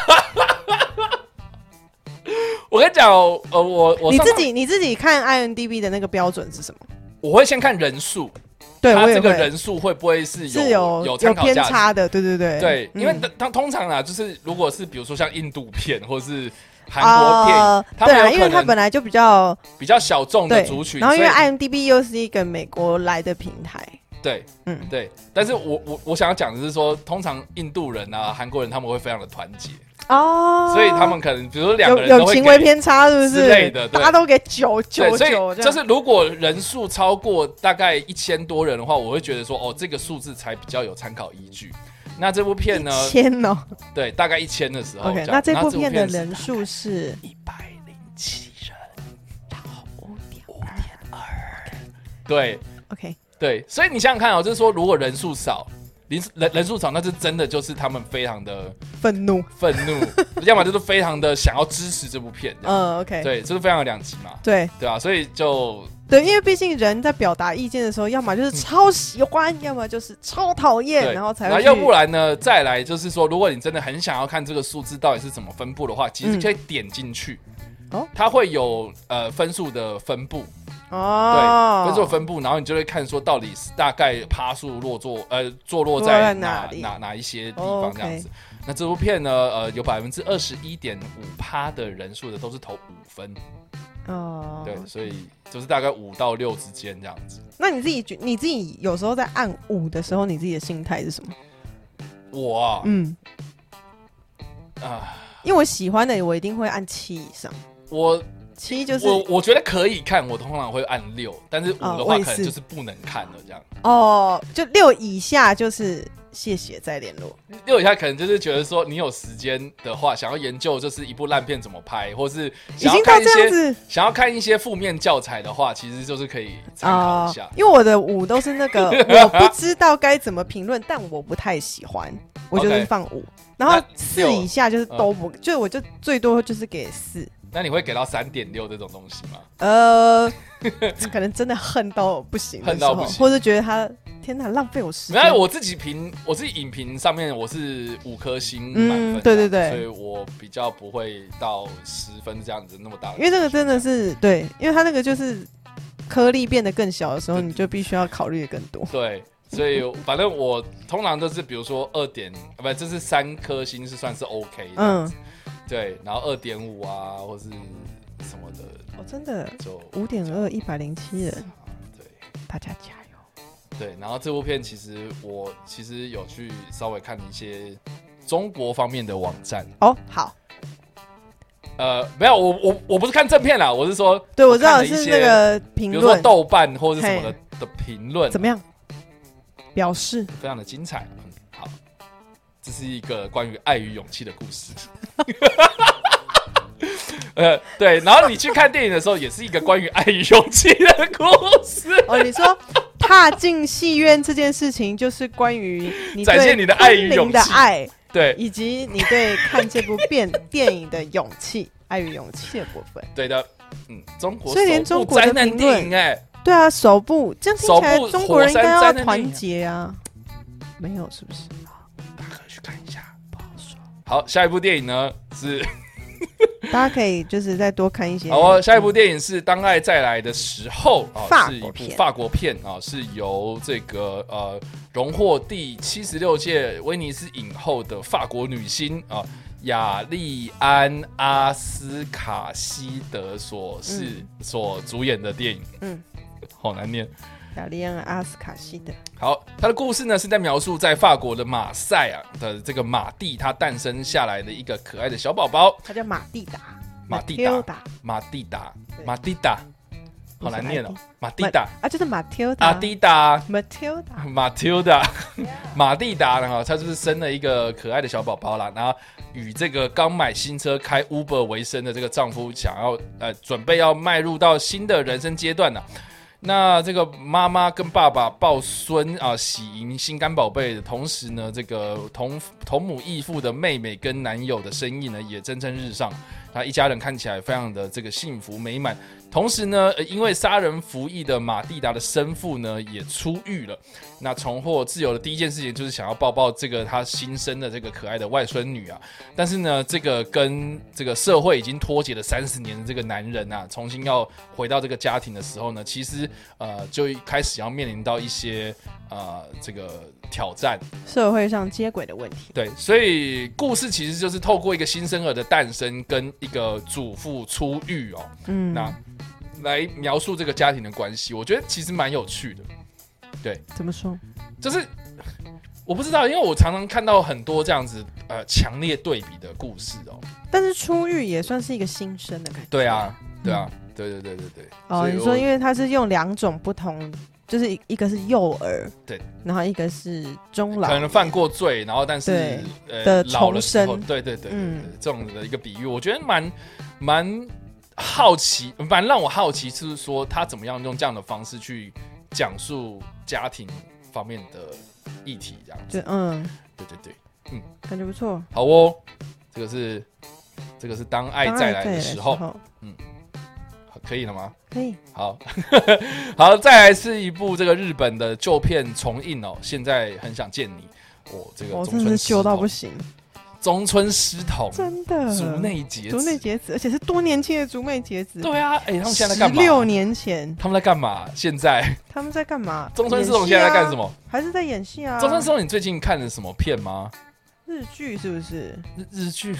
我跟你讲，我你自己看 IMDb 的那个标准是什么？ 我会先看人数， 对， 它这个人数会不会是有参考偏差的？对， 因为通常啊，就是如果是比如说像印度片或是韩国片， 对啊，因为它本来就比较小众的族群， 然后因为 IMDb 又是一个美国来的平台。 对，对，但是我想要讲的是说，通常印度人啊、韩国人他们会非常的团结所以他们可能比如说2个人都会有行为偏差，是不是之类的？ 大家都给9 所以就是如果人数超过大概1000多人的话，我会觉得说，这个数字才比较有参考依据。那这部片呢 ？1000哦， 对，大概1000的时候。 OK， 那这部片的人数是 107人， 然后5.2。 对 ，OK。 对，所以你想想看就是说，如果人数少，人数少，那是真的就是他们非常的愤怒，要么就是非常的想要支持这部片。 OK， 对，就是非常的两极嘛。 对啊，所以就对，因为毕竟人在表达意见的时候，要么就是超喜欢，要么就是超讨厌，然后才会。 要不然呢，再来就是说，如果你真的很想要看这个数字到底是怎么分布的话，其实可以点进去，它会有分数的分布。对，分数分布，然后你就会看说到底是大概趴数坐落在哪一些地方这样子。那这部片呢，有21.5%的人数的都是投5分。对，所以就是大概5到6之间这样子。 那你自己有时候在按5的时候，你自己的心态是什么？ 我因为我喜欢的，我一定会按7以上。7就是我觉得可以看，我通常会按6，但是5的话可能就是不能看了这样。 就6以下就是谢谢再联络。 6以下可能就是觉得说你有时间的话，想要研究就是一部烂片怎么拍，或是想要看一些负面教材的话，其实就是可以参考一下。 因为我的5都是那个我不知道该怎么评论，但我不太喜欢，我就是放5。然后4以下就是都不，就我就最多就是给4。 那你会给到3.6这种东西吗？ 可能真的恨到不行的时候， 恨到不行， 或者觉得他天哪浪费我时间。 没有，我自己影评上面我是5颗星满分， 对， 所以我比较不会到10分这样子那么大的。 因为这个真的是对，因为它那个就是颗粒变得更小的时候，你就必须要考虑的更多。 对。所以反正我通常都是比如说这是3颗星是算是 OK 的。对，然后2.5啊，或是什么的， 真的就5.2 107人， 对， 大家加油。 对，然后这部片我其实有去稍微看一些中国方面的网站。 好。 没有，我不是看正片啦，我是说， 对，我知道是那个评论， 比如说豆瓣或者什么的评论， 怎么样？表示非常的精彩。好，这是一个关于爱与勇气的故事。对，然后你去看电影的时候，也是一个关于爱与勇气的故事。 你说踏进戏院这件事情，就是关于你展现你的爱与勇气的爱。 对， 以及你对看这部电影的勇气，爱与勇气的部分。 对的，中国所以连中国的灾难电影对啊，首部这样听起来中国人应该要团结啊，没有是不是？ 大家可以去看一下，不好说。好，下一部电影呢是大家可以就是再多看一些。 好，下一部电影是《当爱再来的时候》是一部法国片是由这个荣获第76届威尼斯影后的法国女星雅丽安·阿斯卡西德所主演的电影。好难念。 雅丽安·阿斯卡西德。 好，他的故事呢是在描述在法国的马赛的这个马蒂，他诞生下来的一个可爱的小宝宝， 他叫马蒂达。 马蒂达，好难念哦，马蒂达就是马蒂达。 马蒂达呢，他就是生了一个可爱的小宝宝啦，然后与这个刚买新车开 Uber 为生的这个丈夫，想要准备要迈入到新的人生阶段了。那这个妈妈跟爸爸抱孙喜迎心肝宝贝的同时呢，这个同母异父的妹妹跟男友的生意呢也蒸蒸日上，他一家人看起来非常的这个幸福美满。同时呢，因为杀人服役的马蒂达的生父呢也出狱了，那重获自由的第一件事情就是想要抱抱这个他新生的这个可爱的外孙女啊。但是呢，这个跟这个社会已经脱节了30年的这个男人啊，重新要回到这个家庭的时候呢，其实就开始要面临到一些这个挑战， 社会上接轨的问题。 对，所以故事其实就是透过一个新生儿的诞生跟一个祖父出狱那来描述这个家庭的关系，我觉得其实蛮有趣的。对， 怎么说？ 就是我不知道，因为我常常看到很多这样子强烈对比的故事但是出狱也算是一个新生的感觉。 对啊，对。 你说因为它是用2种不同，就是一个是幼儿， 对， 然后一个是中老， 可能犯过罪，然后但是的老了之后， 重生。 对，这种的一个比喻，我觉得蛮好奇，蛮让我好奇，是说他怎么样用这样的方式去讲述家庭方面的议题，这样子。对， 感觉不错。 好这个是当爱再来的时候，可以了吗？ 可以。 好，好，再来是一部这个日本的旧片重映现在很想见你，这个真的是旧到不行。 中村狮童， 真的竹内结子， 而且是多年前的竹内结子。 对啊，他们现在在干嘛 ？16年前， 他们在干嘛？现在他们在干嘛？ 中村狮童现在在干什么？ 还是在演戏啊？ 中村狮童，你最近看了什么片吗？ 日剧是不是？ 日剧，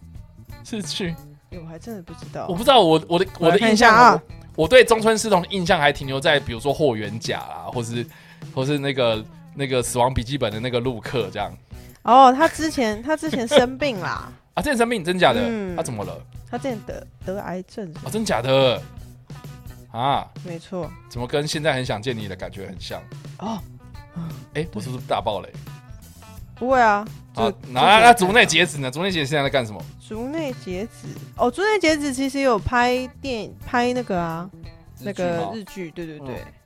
我还真的不知道。 我不知道，我的印象我对中村狮童的印象还停留在比如说霍元甲啦，或是那个死亡笔记本的那个陆克这样。 他之前生病啦。 之前生病，真假的？他怎么了？ 他之前得癌症。 真假的？ 没错。 怎么跟现在很想见你的感觉很像？我是不是大爆雷？ 不会啊。 那竹内结子呢？竹内结子现在在干什么？ 竹内结子竹内结子其实有拍那个那个日剧，对。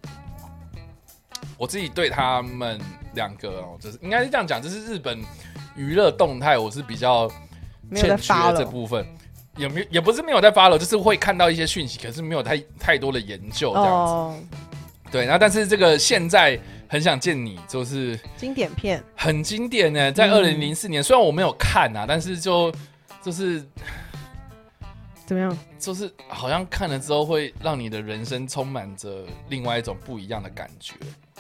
我自己对他们2个就是应该是这样讲，就是日本娱乐动态，我是比较欠缺这部分，也不是没有在 follow， 就是会看到一些讯息，可是没有太多的研究这样子。对，然后但是这个现在很想见你，就是经典片， 很经典呢，在2004年，虽然我没有看但是就是怎么样？ 就是好像看了之后会让你的人生充满着另外一种不一样的感觉。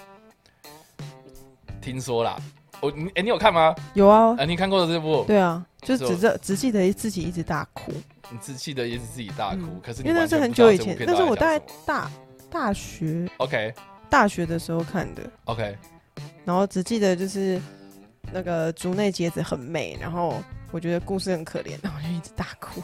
听说啦，你有看吗？ 有啊， 你看过的这部？ 对啊，就只记得自己一直大哭。 你只记得一直自己大哭，可是因为那是很久以前，那是我大概大学 OK 大学的时候看的 OK， 然后只记得就是那个竹内结子很美，然后我觉得故事很可怜，然后就一直大哭。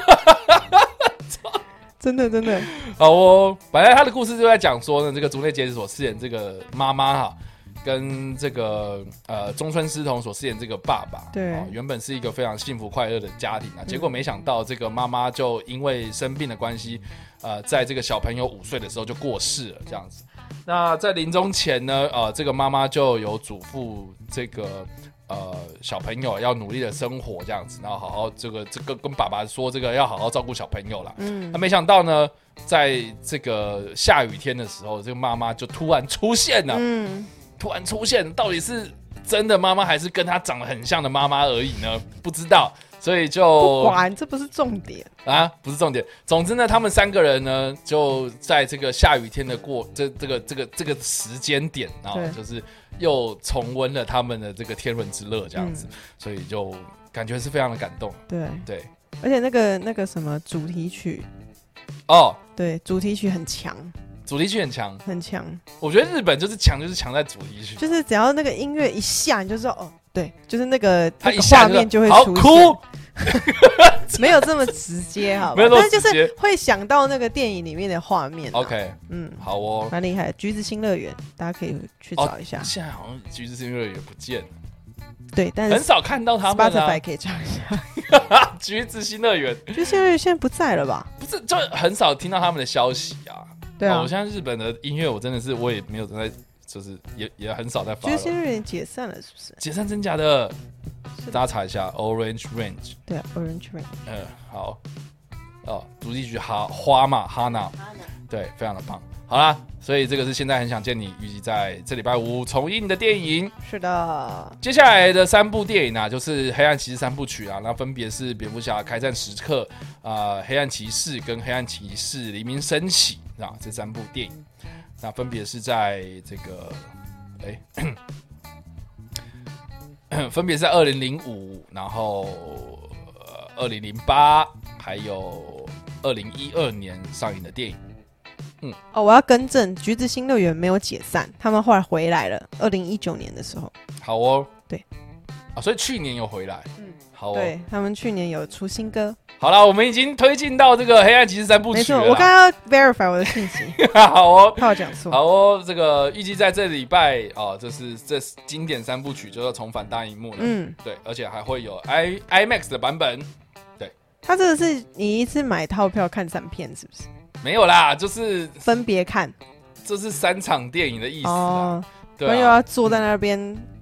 真的好本来他的故事就在讲说呢，这个竹内结子所饰演这个妈妈跟这个中村狮童所饰演这个爸爸， 对， 原本是一个非常幸福快乐的家庭结果没想到这个妈妈就因为生病的关系，在这个小朋友5岁的时候就过世了，这样子。那在临终前呢，这个妈妈就有嘱咐这个小朋友要努力的生活这样子，然后好好这个跟爸爸说这个要好好照顾小朋友啦。那没想到呢，在这个下雨天的时候，这个妈妈就突然出现了。突然出现，到底是真的妈妈还是跟她长得很像的妈妈而已呢？不知道。所以就不管，这不是重点啊，不是重点。总之呢，他们3个人呢，就在这个下雨天的这个时间点，然后就是又重温了他们的这个天伦之乐这样子，所以就感觉是非常的感动。对， 而且那个什么主题曲，对，主题曲很强。 主题曲很强， 很强。我觉得日本就是强在主题曲， 就是只要那个音乐一下，你就知道对，就是那个画面就会出现。 好哭， 没有这么直接，好吧？但就是会想到那个电影里面的画面。 OK， 好哦， 蛮厉害的。橘子新乐园，大家可以去找一下。 现在好像橘子新乐园不见了。 对，但是很少看到他们。 Spotify 可以找一下。 橘子新乐园， 橘子新乐园现在不在了吧？ 不是，就很少听到他们的消息啊。 对啊， 我现在日本的音乐，我真的是我也没有在，就是也很少在发。 橘子新乐园解散了，是不是？ 解散真假的？大家查一下 Orange Range。 对 ，Orange Range。 好。主题曲花嘛 ，Hana。对，非常的棒。好啦，所以这个是现在很想见你，预计在这礼拜5重映的电影。 是的。 接下来的3部电影啊，就是《黑暗骑士》3部曲啊，那分别是《蝙蝠侠：开战时刻》黑暗骑士》跟《黑暗骑士：黎明升起》啊，这3部电影，那分别是在这个分别是在2005，然后2008，还有2012年上映的电影。 我要更正，橘子新乐园没有解散，他们后来回来了。2019年的时候。 好哦。 对。 所以去年有回来。好哦。 对，他们去年有出新歌。 好了，我们已经推进到这个黑暗骑士3部曲了。 没错，我刚刚 verify 我的信息。 好哦， 怕我讲错。 好哦，这个预计在这礼拜这经典3部曲就要重返大荧幕了。对，而且还会有 IMAX 的版本。对， 他这个是你一次买套票看3片，是不是？ 没有啦，就是分别看， 这是3场电影的意思啊。对啊， 又要坐在那边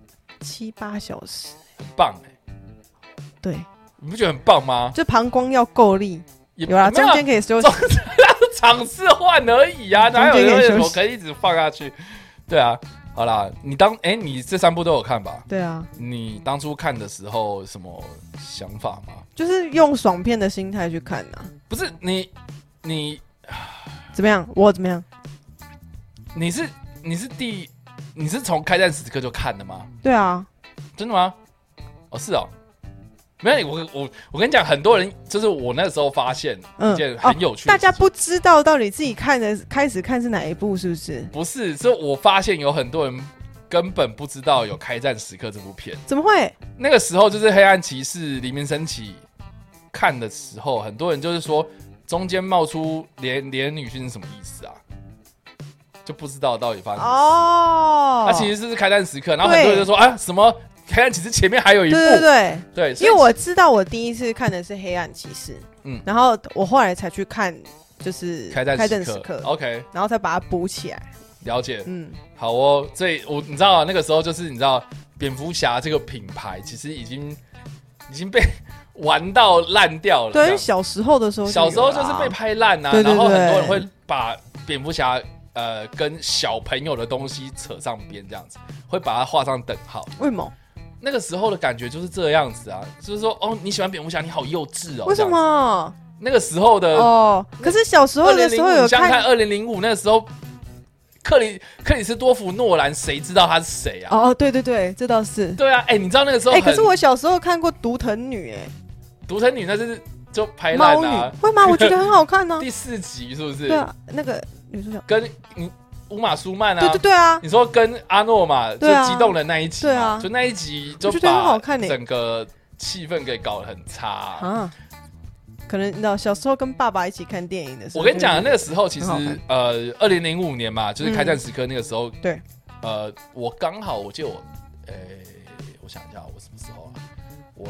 7-8小时， 很棒对， 你不觉得很棒吗？ 就膀胱要够力，有啦，中间可以休息， 场次换而已啊，哪有什么可以一直放下去？对啊，好啦，你这3部都有看吧？ 对啊， 你当初看的时候什么想法吗？ 就是用爽片的心态去看啊。 不是你怎么样？我怎么样？ 你是从开战时刻就看的吗？ 对啊， 真的吗？是哦，没有我跟你讲，很多人就是我那时候发现一件很有趣的事情， 大家不知道到底自己开始看是哪一部，是不是？ 不是，是我发现有很多人根本不知道有开战时刻这部片。 怎么会？ 那个时候就是黑暗骑士黎明升起看的时候，很多人就是说中间冒出连女性是什么意思啊？就不知道到底发生什么事。它其实是开战时刻，然后很多人就说什么黑暗骑士前面还有一部，对， 因为我知道我第一次看的是黑暗骑士，然后我后来才去看就是开战时刻 ，OK， 然后才把它补起来。 了解，好哦，所以你知道那个时候就是你知道蝙蝠侠这个品牌其实已经被玩到烂掉了。 对，小时候就是被拍烂啊，然后很多人会把蝙蝠侠跟小朋友的东西扯上边，这样子会把它画上等号。 为什么？ 那个时候的感觉就是这样子啊，就是说你喜欢蝙蝠侠，你好幼稚哦。 为什么？ 那个时候的可是小时候的时候有看2005那个时候。克里斯多弗诺兰，谁知道他是谁啊？ 对，这倒是。 对啊，你知道那个时候可是我小时候看过《独藤女》 独藤女那是就拍烂啊， 会吗？我觉得很好看呢。 第4集是不是？ 对啊，那个女主角跟乌玛舒曼啊， 对啊。 你说跟阿诺嘛，就激动人那一集， 对啊， 就那一集就把整个气氛给搞得很差啊。 可能你知道小时候跟爸爸一起看电影的时候， 我跟你讲，那个时候其实2005年嘛，就是开战时刻那个时候， 对， 我刚好我记得我想一下，我什么时候啊？我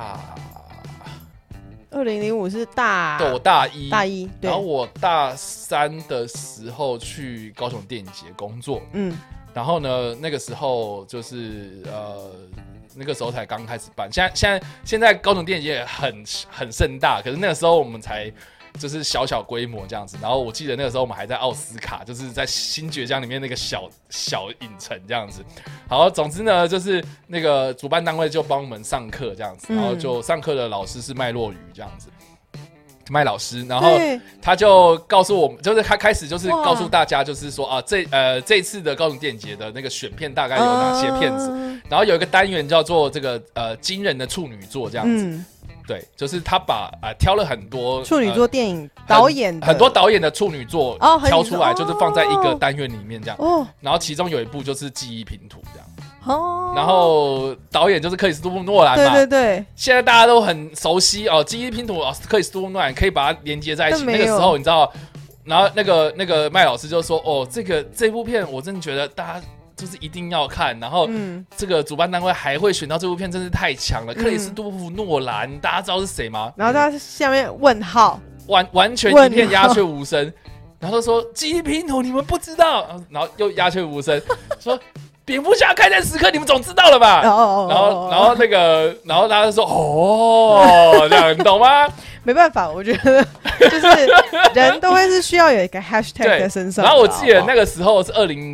2005是对，我大一， 对， 然后我大3的时候去高雄电影节工作，然后呢，那个时候就是那个时候才刚开始办。现在高雄电影节很盛大，可是那个时候我们才就是小规模这样子。然后我记得那个时候我们还在奥斯卡，就是在新崛江里面那个小影城这样子。好，总之呢，就是那个主办单位就帮我们上课这样子，然后就上课的老师是麦洛宇这样子。麦老师，然后他就告诉我们，就是他开始就是告诉大家，就是说啊，这一次的高雄电影节的那个选片大概有哪些片子，然后有一个单元叫做这个惊人的处女座这样子，对，就是他把挑了很多处女座电影导演很多导演的处女座挑出来，就是放在一个单元里面这样，然后其中有一部就是记忆拼图这样。然后导演就是克里斯多夫诺兰嘛， 对对对，现在大家都很熟悉哦，记忆拼图克里斯多夫诺兰可以把它连接在一起。那个时候你知道，然后那个麦老师就说，哦，这部片我真的觉得大家就是一定要看，然后这个主办单位还会选到这部片，真是太强了。克里斯多夫诺兰，大家知道是谁吗？ 然后他下面问号， 完全一片鸦雀无声，然后说记忆拼图你们不知道，然后又鸦雀无声说。蝙蝠侠开战时刻，你们总知道了吧？然后然后大家就说这样你懂吗？ 没办法，我觉得就是人都会是需要有一个 hashtag 在身上。 然后我记得那个时候是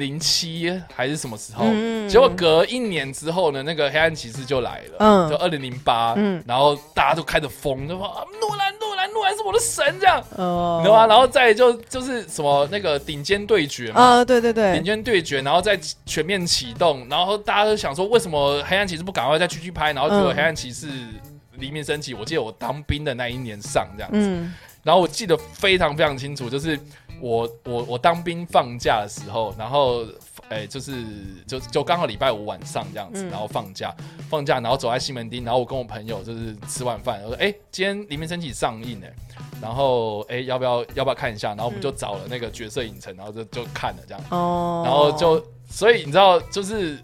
2007还是什么时候？结果隔1年之后呢，那个黑暗骑士就来了，就2008，然后大家都开始疯，就说诺兰是我的神这样，你知道吗？然后再就是什么那个顶尖对决嘛， 对对对， 顶尖对决，然后再全面启动，然后大家都想说，为什么黑暗骑士不赶快再继续拍？然后结果黑暗骑士黎明升起，我记得我当兵的那一年上这样子，然后我记得非常非常清楚，就是我当兵放假的时候，然后就刚好礼拜5晚上这样子，然后放假，然后走在西门町，然后我跟我朋友就是吃完饭，我说今天黎明升起上映然后要不要看一下？然后我们就找了那个角色影城，然后就看了这样，然后所以你知道就是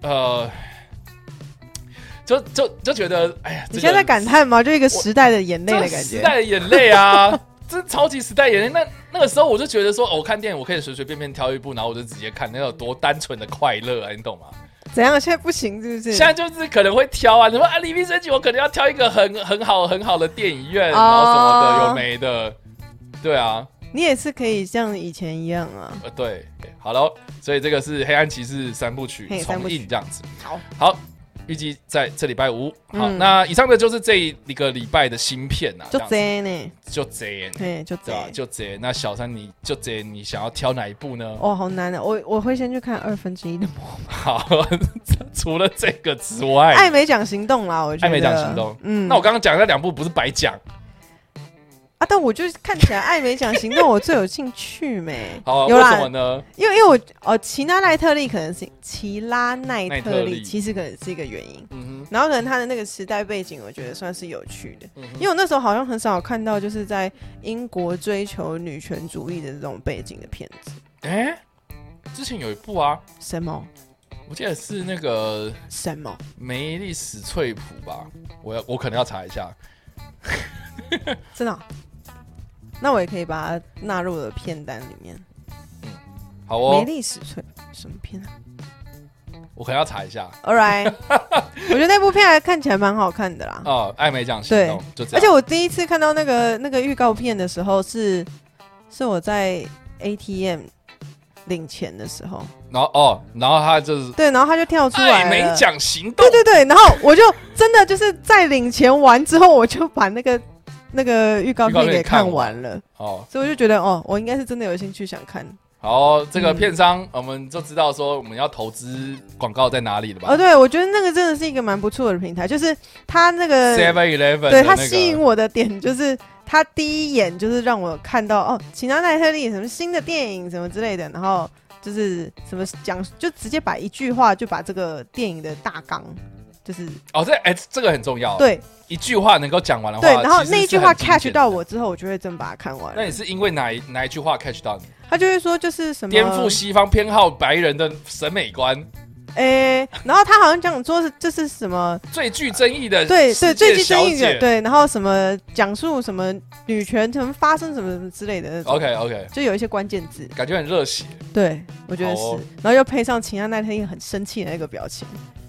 就觉得你现在在感叹吗？就一个时代的眼泪的感觉， 时代的眼泪啊，这超级时代眼泪。那个时候我就觉得说，我看电影我可以随随便便挑一部，然后我就直接看，那有多单纯的快乐啊，你懂吗？ 怎样？现在不行是不是？ 现在就是可能会挑啊，你说黎明升起，我可能要挑一个很好的电影院，然后什么的有没的，对啊。 你也是可以像以前一样啊。 对，好了，所以这个是黑暗骑士3部曲重映这样子。好。预计在这礼拜5。好，那以上的就是这一个礼拜的新片啊， 就这呢， 就这， 对，就这， 就这。那小三，你就这，你想要挑哪一部呢？ 哦，好难的，我会先去看1/2的魔法。 好，除了这个之外， 艾美奖行动啦，我觉得。 艾美奖行动，那我刚刚讲的那2部不是白讲？ 但我就看起来艾美奖行动我最有兴趣没？ 好，为什么呢？ 因为我奇拉奈特利可能是奇拉奈特利，其实可能是一个原因。然后可能他的那个时代背景，我觉得算是有趣的。因为我那时候好像很少看到就是在英国追求女权主义的这种背景的片子。 之前有一部啊， 什么？ 我记得是那个什么梅丽史翠普吧？我可能要查一下。 真的那我也可以把它纳入我的片单里面。 好哦。 梅丽史翠什么片啊？ 我可能要查一下。 All right， 我觉得那部片还看起来蛮好看的啦。 艾美奖行动就这样。 而且我第一次看到那个预告片的时候是我在 ATM 领钱的时候。然后他就是对，然后他就跳出来了。 艾美奖行动。 对，然后我就真的就是在领钱完之后，我就把那个预告片给看完了。所以我就觉得我应该是真的有兴趣想看。 好，这个片商我们就知道说我们要投资广告在哪里了吧？ 对，我觉得那个真的是一个蛮不错的平台，就是他那个 7-11， 对，他吸引我的点就是他第一眼就是让我看到奇拉奈特利什么新的电影什么之类的，然后就是什么讲，就直接把一句话就把这个电影的大纲就是这个很重要。 对， 一句话能够讲完的话， 对，然后那一句话 catch 到我之后，我就会真把它看完。 那你是因为哪一句话 catch 到你？ 他就会说就是什么颠覆西方偏好白人的审美观。 然后他好像讲说是这是什么最具争议的， 对，最具争议的，对，然后什么讲述什么女权什么发生什么之类的那种。 OK， 就有一些关键字， 感觉很热血。 对，我觉得是。然后又配上奇拉奈特利很生气的那个表情。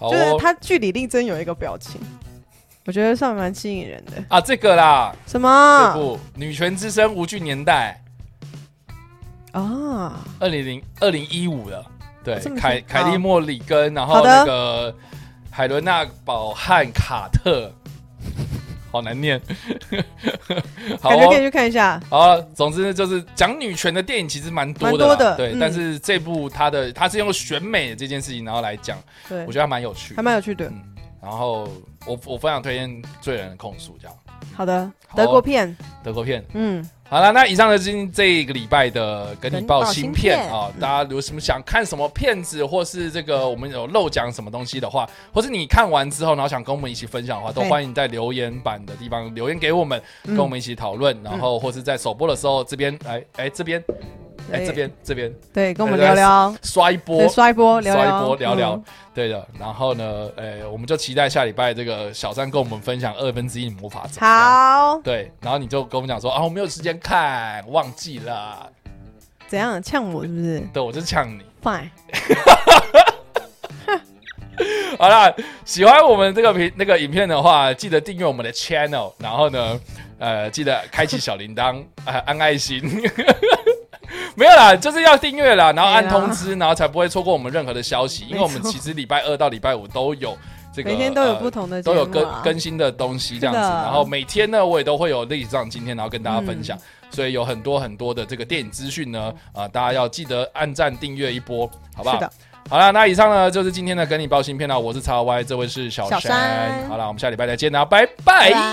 就是他据理力争有一个表情，我觉得算蛮吸引人的啊。这个啦， 什么？ 这部《女权之声》无惧年代啊 ，2015的，对，凯莉莫里根，然后那个海伦娜宝汉卡特。好难念， 感觉可以去看一下。 好，总之就是讲女权的电影其实蛮多的，对。但是这部它是用选美这件事情然后来讲，对，我觉得还蛮有趣的。然后我非常推荐《罪人的控诉》这样。 好的，德国片。 好了，那以上就是这个礼拜的跟你报新片啊！大家有什么想看什么片子，或是这个我们有漏讲什么东西的话，或是你看完之后然后想跟我们一起分享的话，都欢迎在留言板的地方留言给我们，跟我们一起讨论。然后或是在首播的时候，这边， 对，跟我们聊聊， 刷一波， 聊聊。对的，然后呢，我们就期待下礼拜这个小三跟我们分享1/2魔法怎么样。 好， 对，然后你就跟我们讲说啊，我没有时间看，忘记了。 怎样呛我是不是？ 对，我就是呛你。 Fine。 好啦，喜欢我们这个影片的话，记得订阅我们的 channel， 然后呢，记得开启小铃铛，按爱心。没有啦，就是要订阅啦，然后按通知，然后才不会错过我们任何的消息。因为我们其实礼拜2到礼拜5都有这个， 每天都有不同的节目， 都有更新的东西这样子。然后每天呢，我也都会有历史上今天，然后跟大家分享。所以有很多的这个电影资讯呢，大家要记得按赞订阅一波，好不好？是的。好了，那以上呢就是今天的跟你报新片啦。我是叉 Y， 这位是小山。好了，我们下礼拜再见啦，拜拜。拜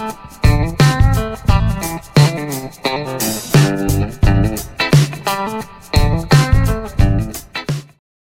拜。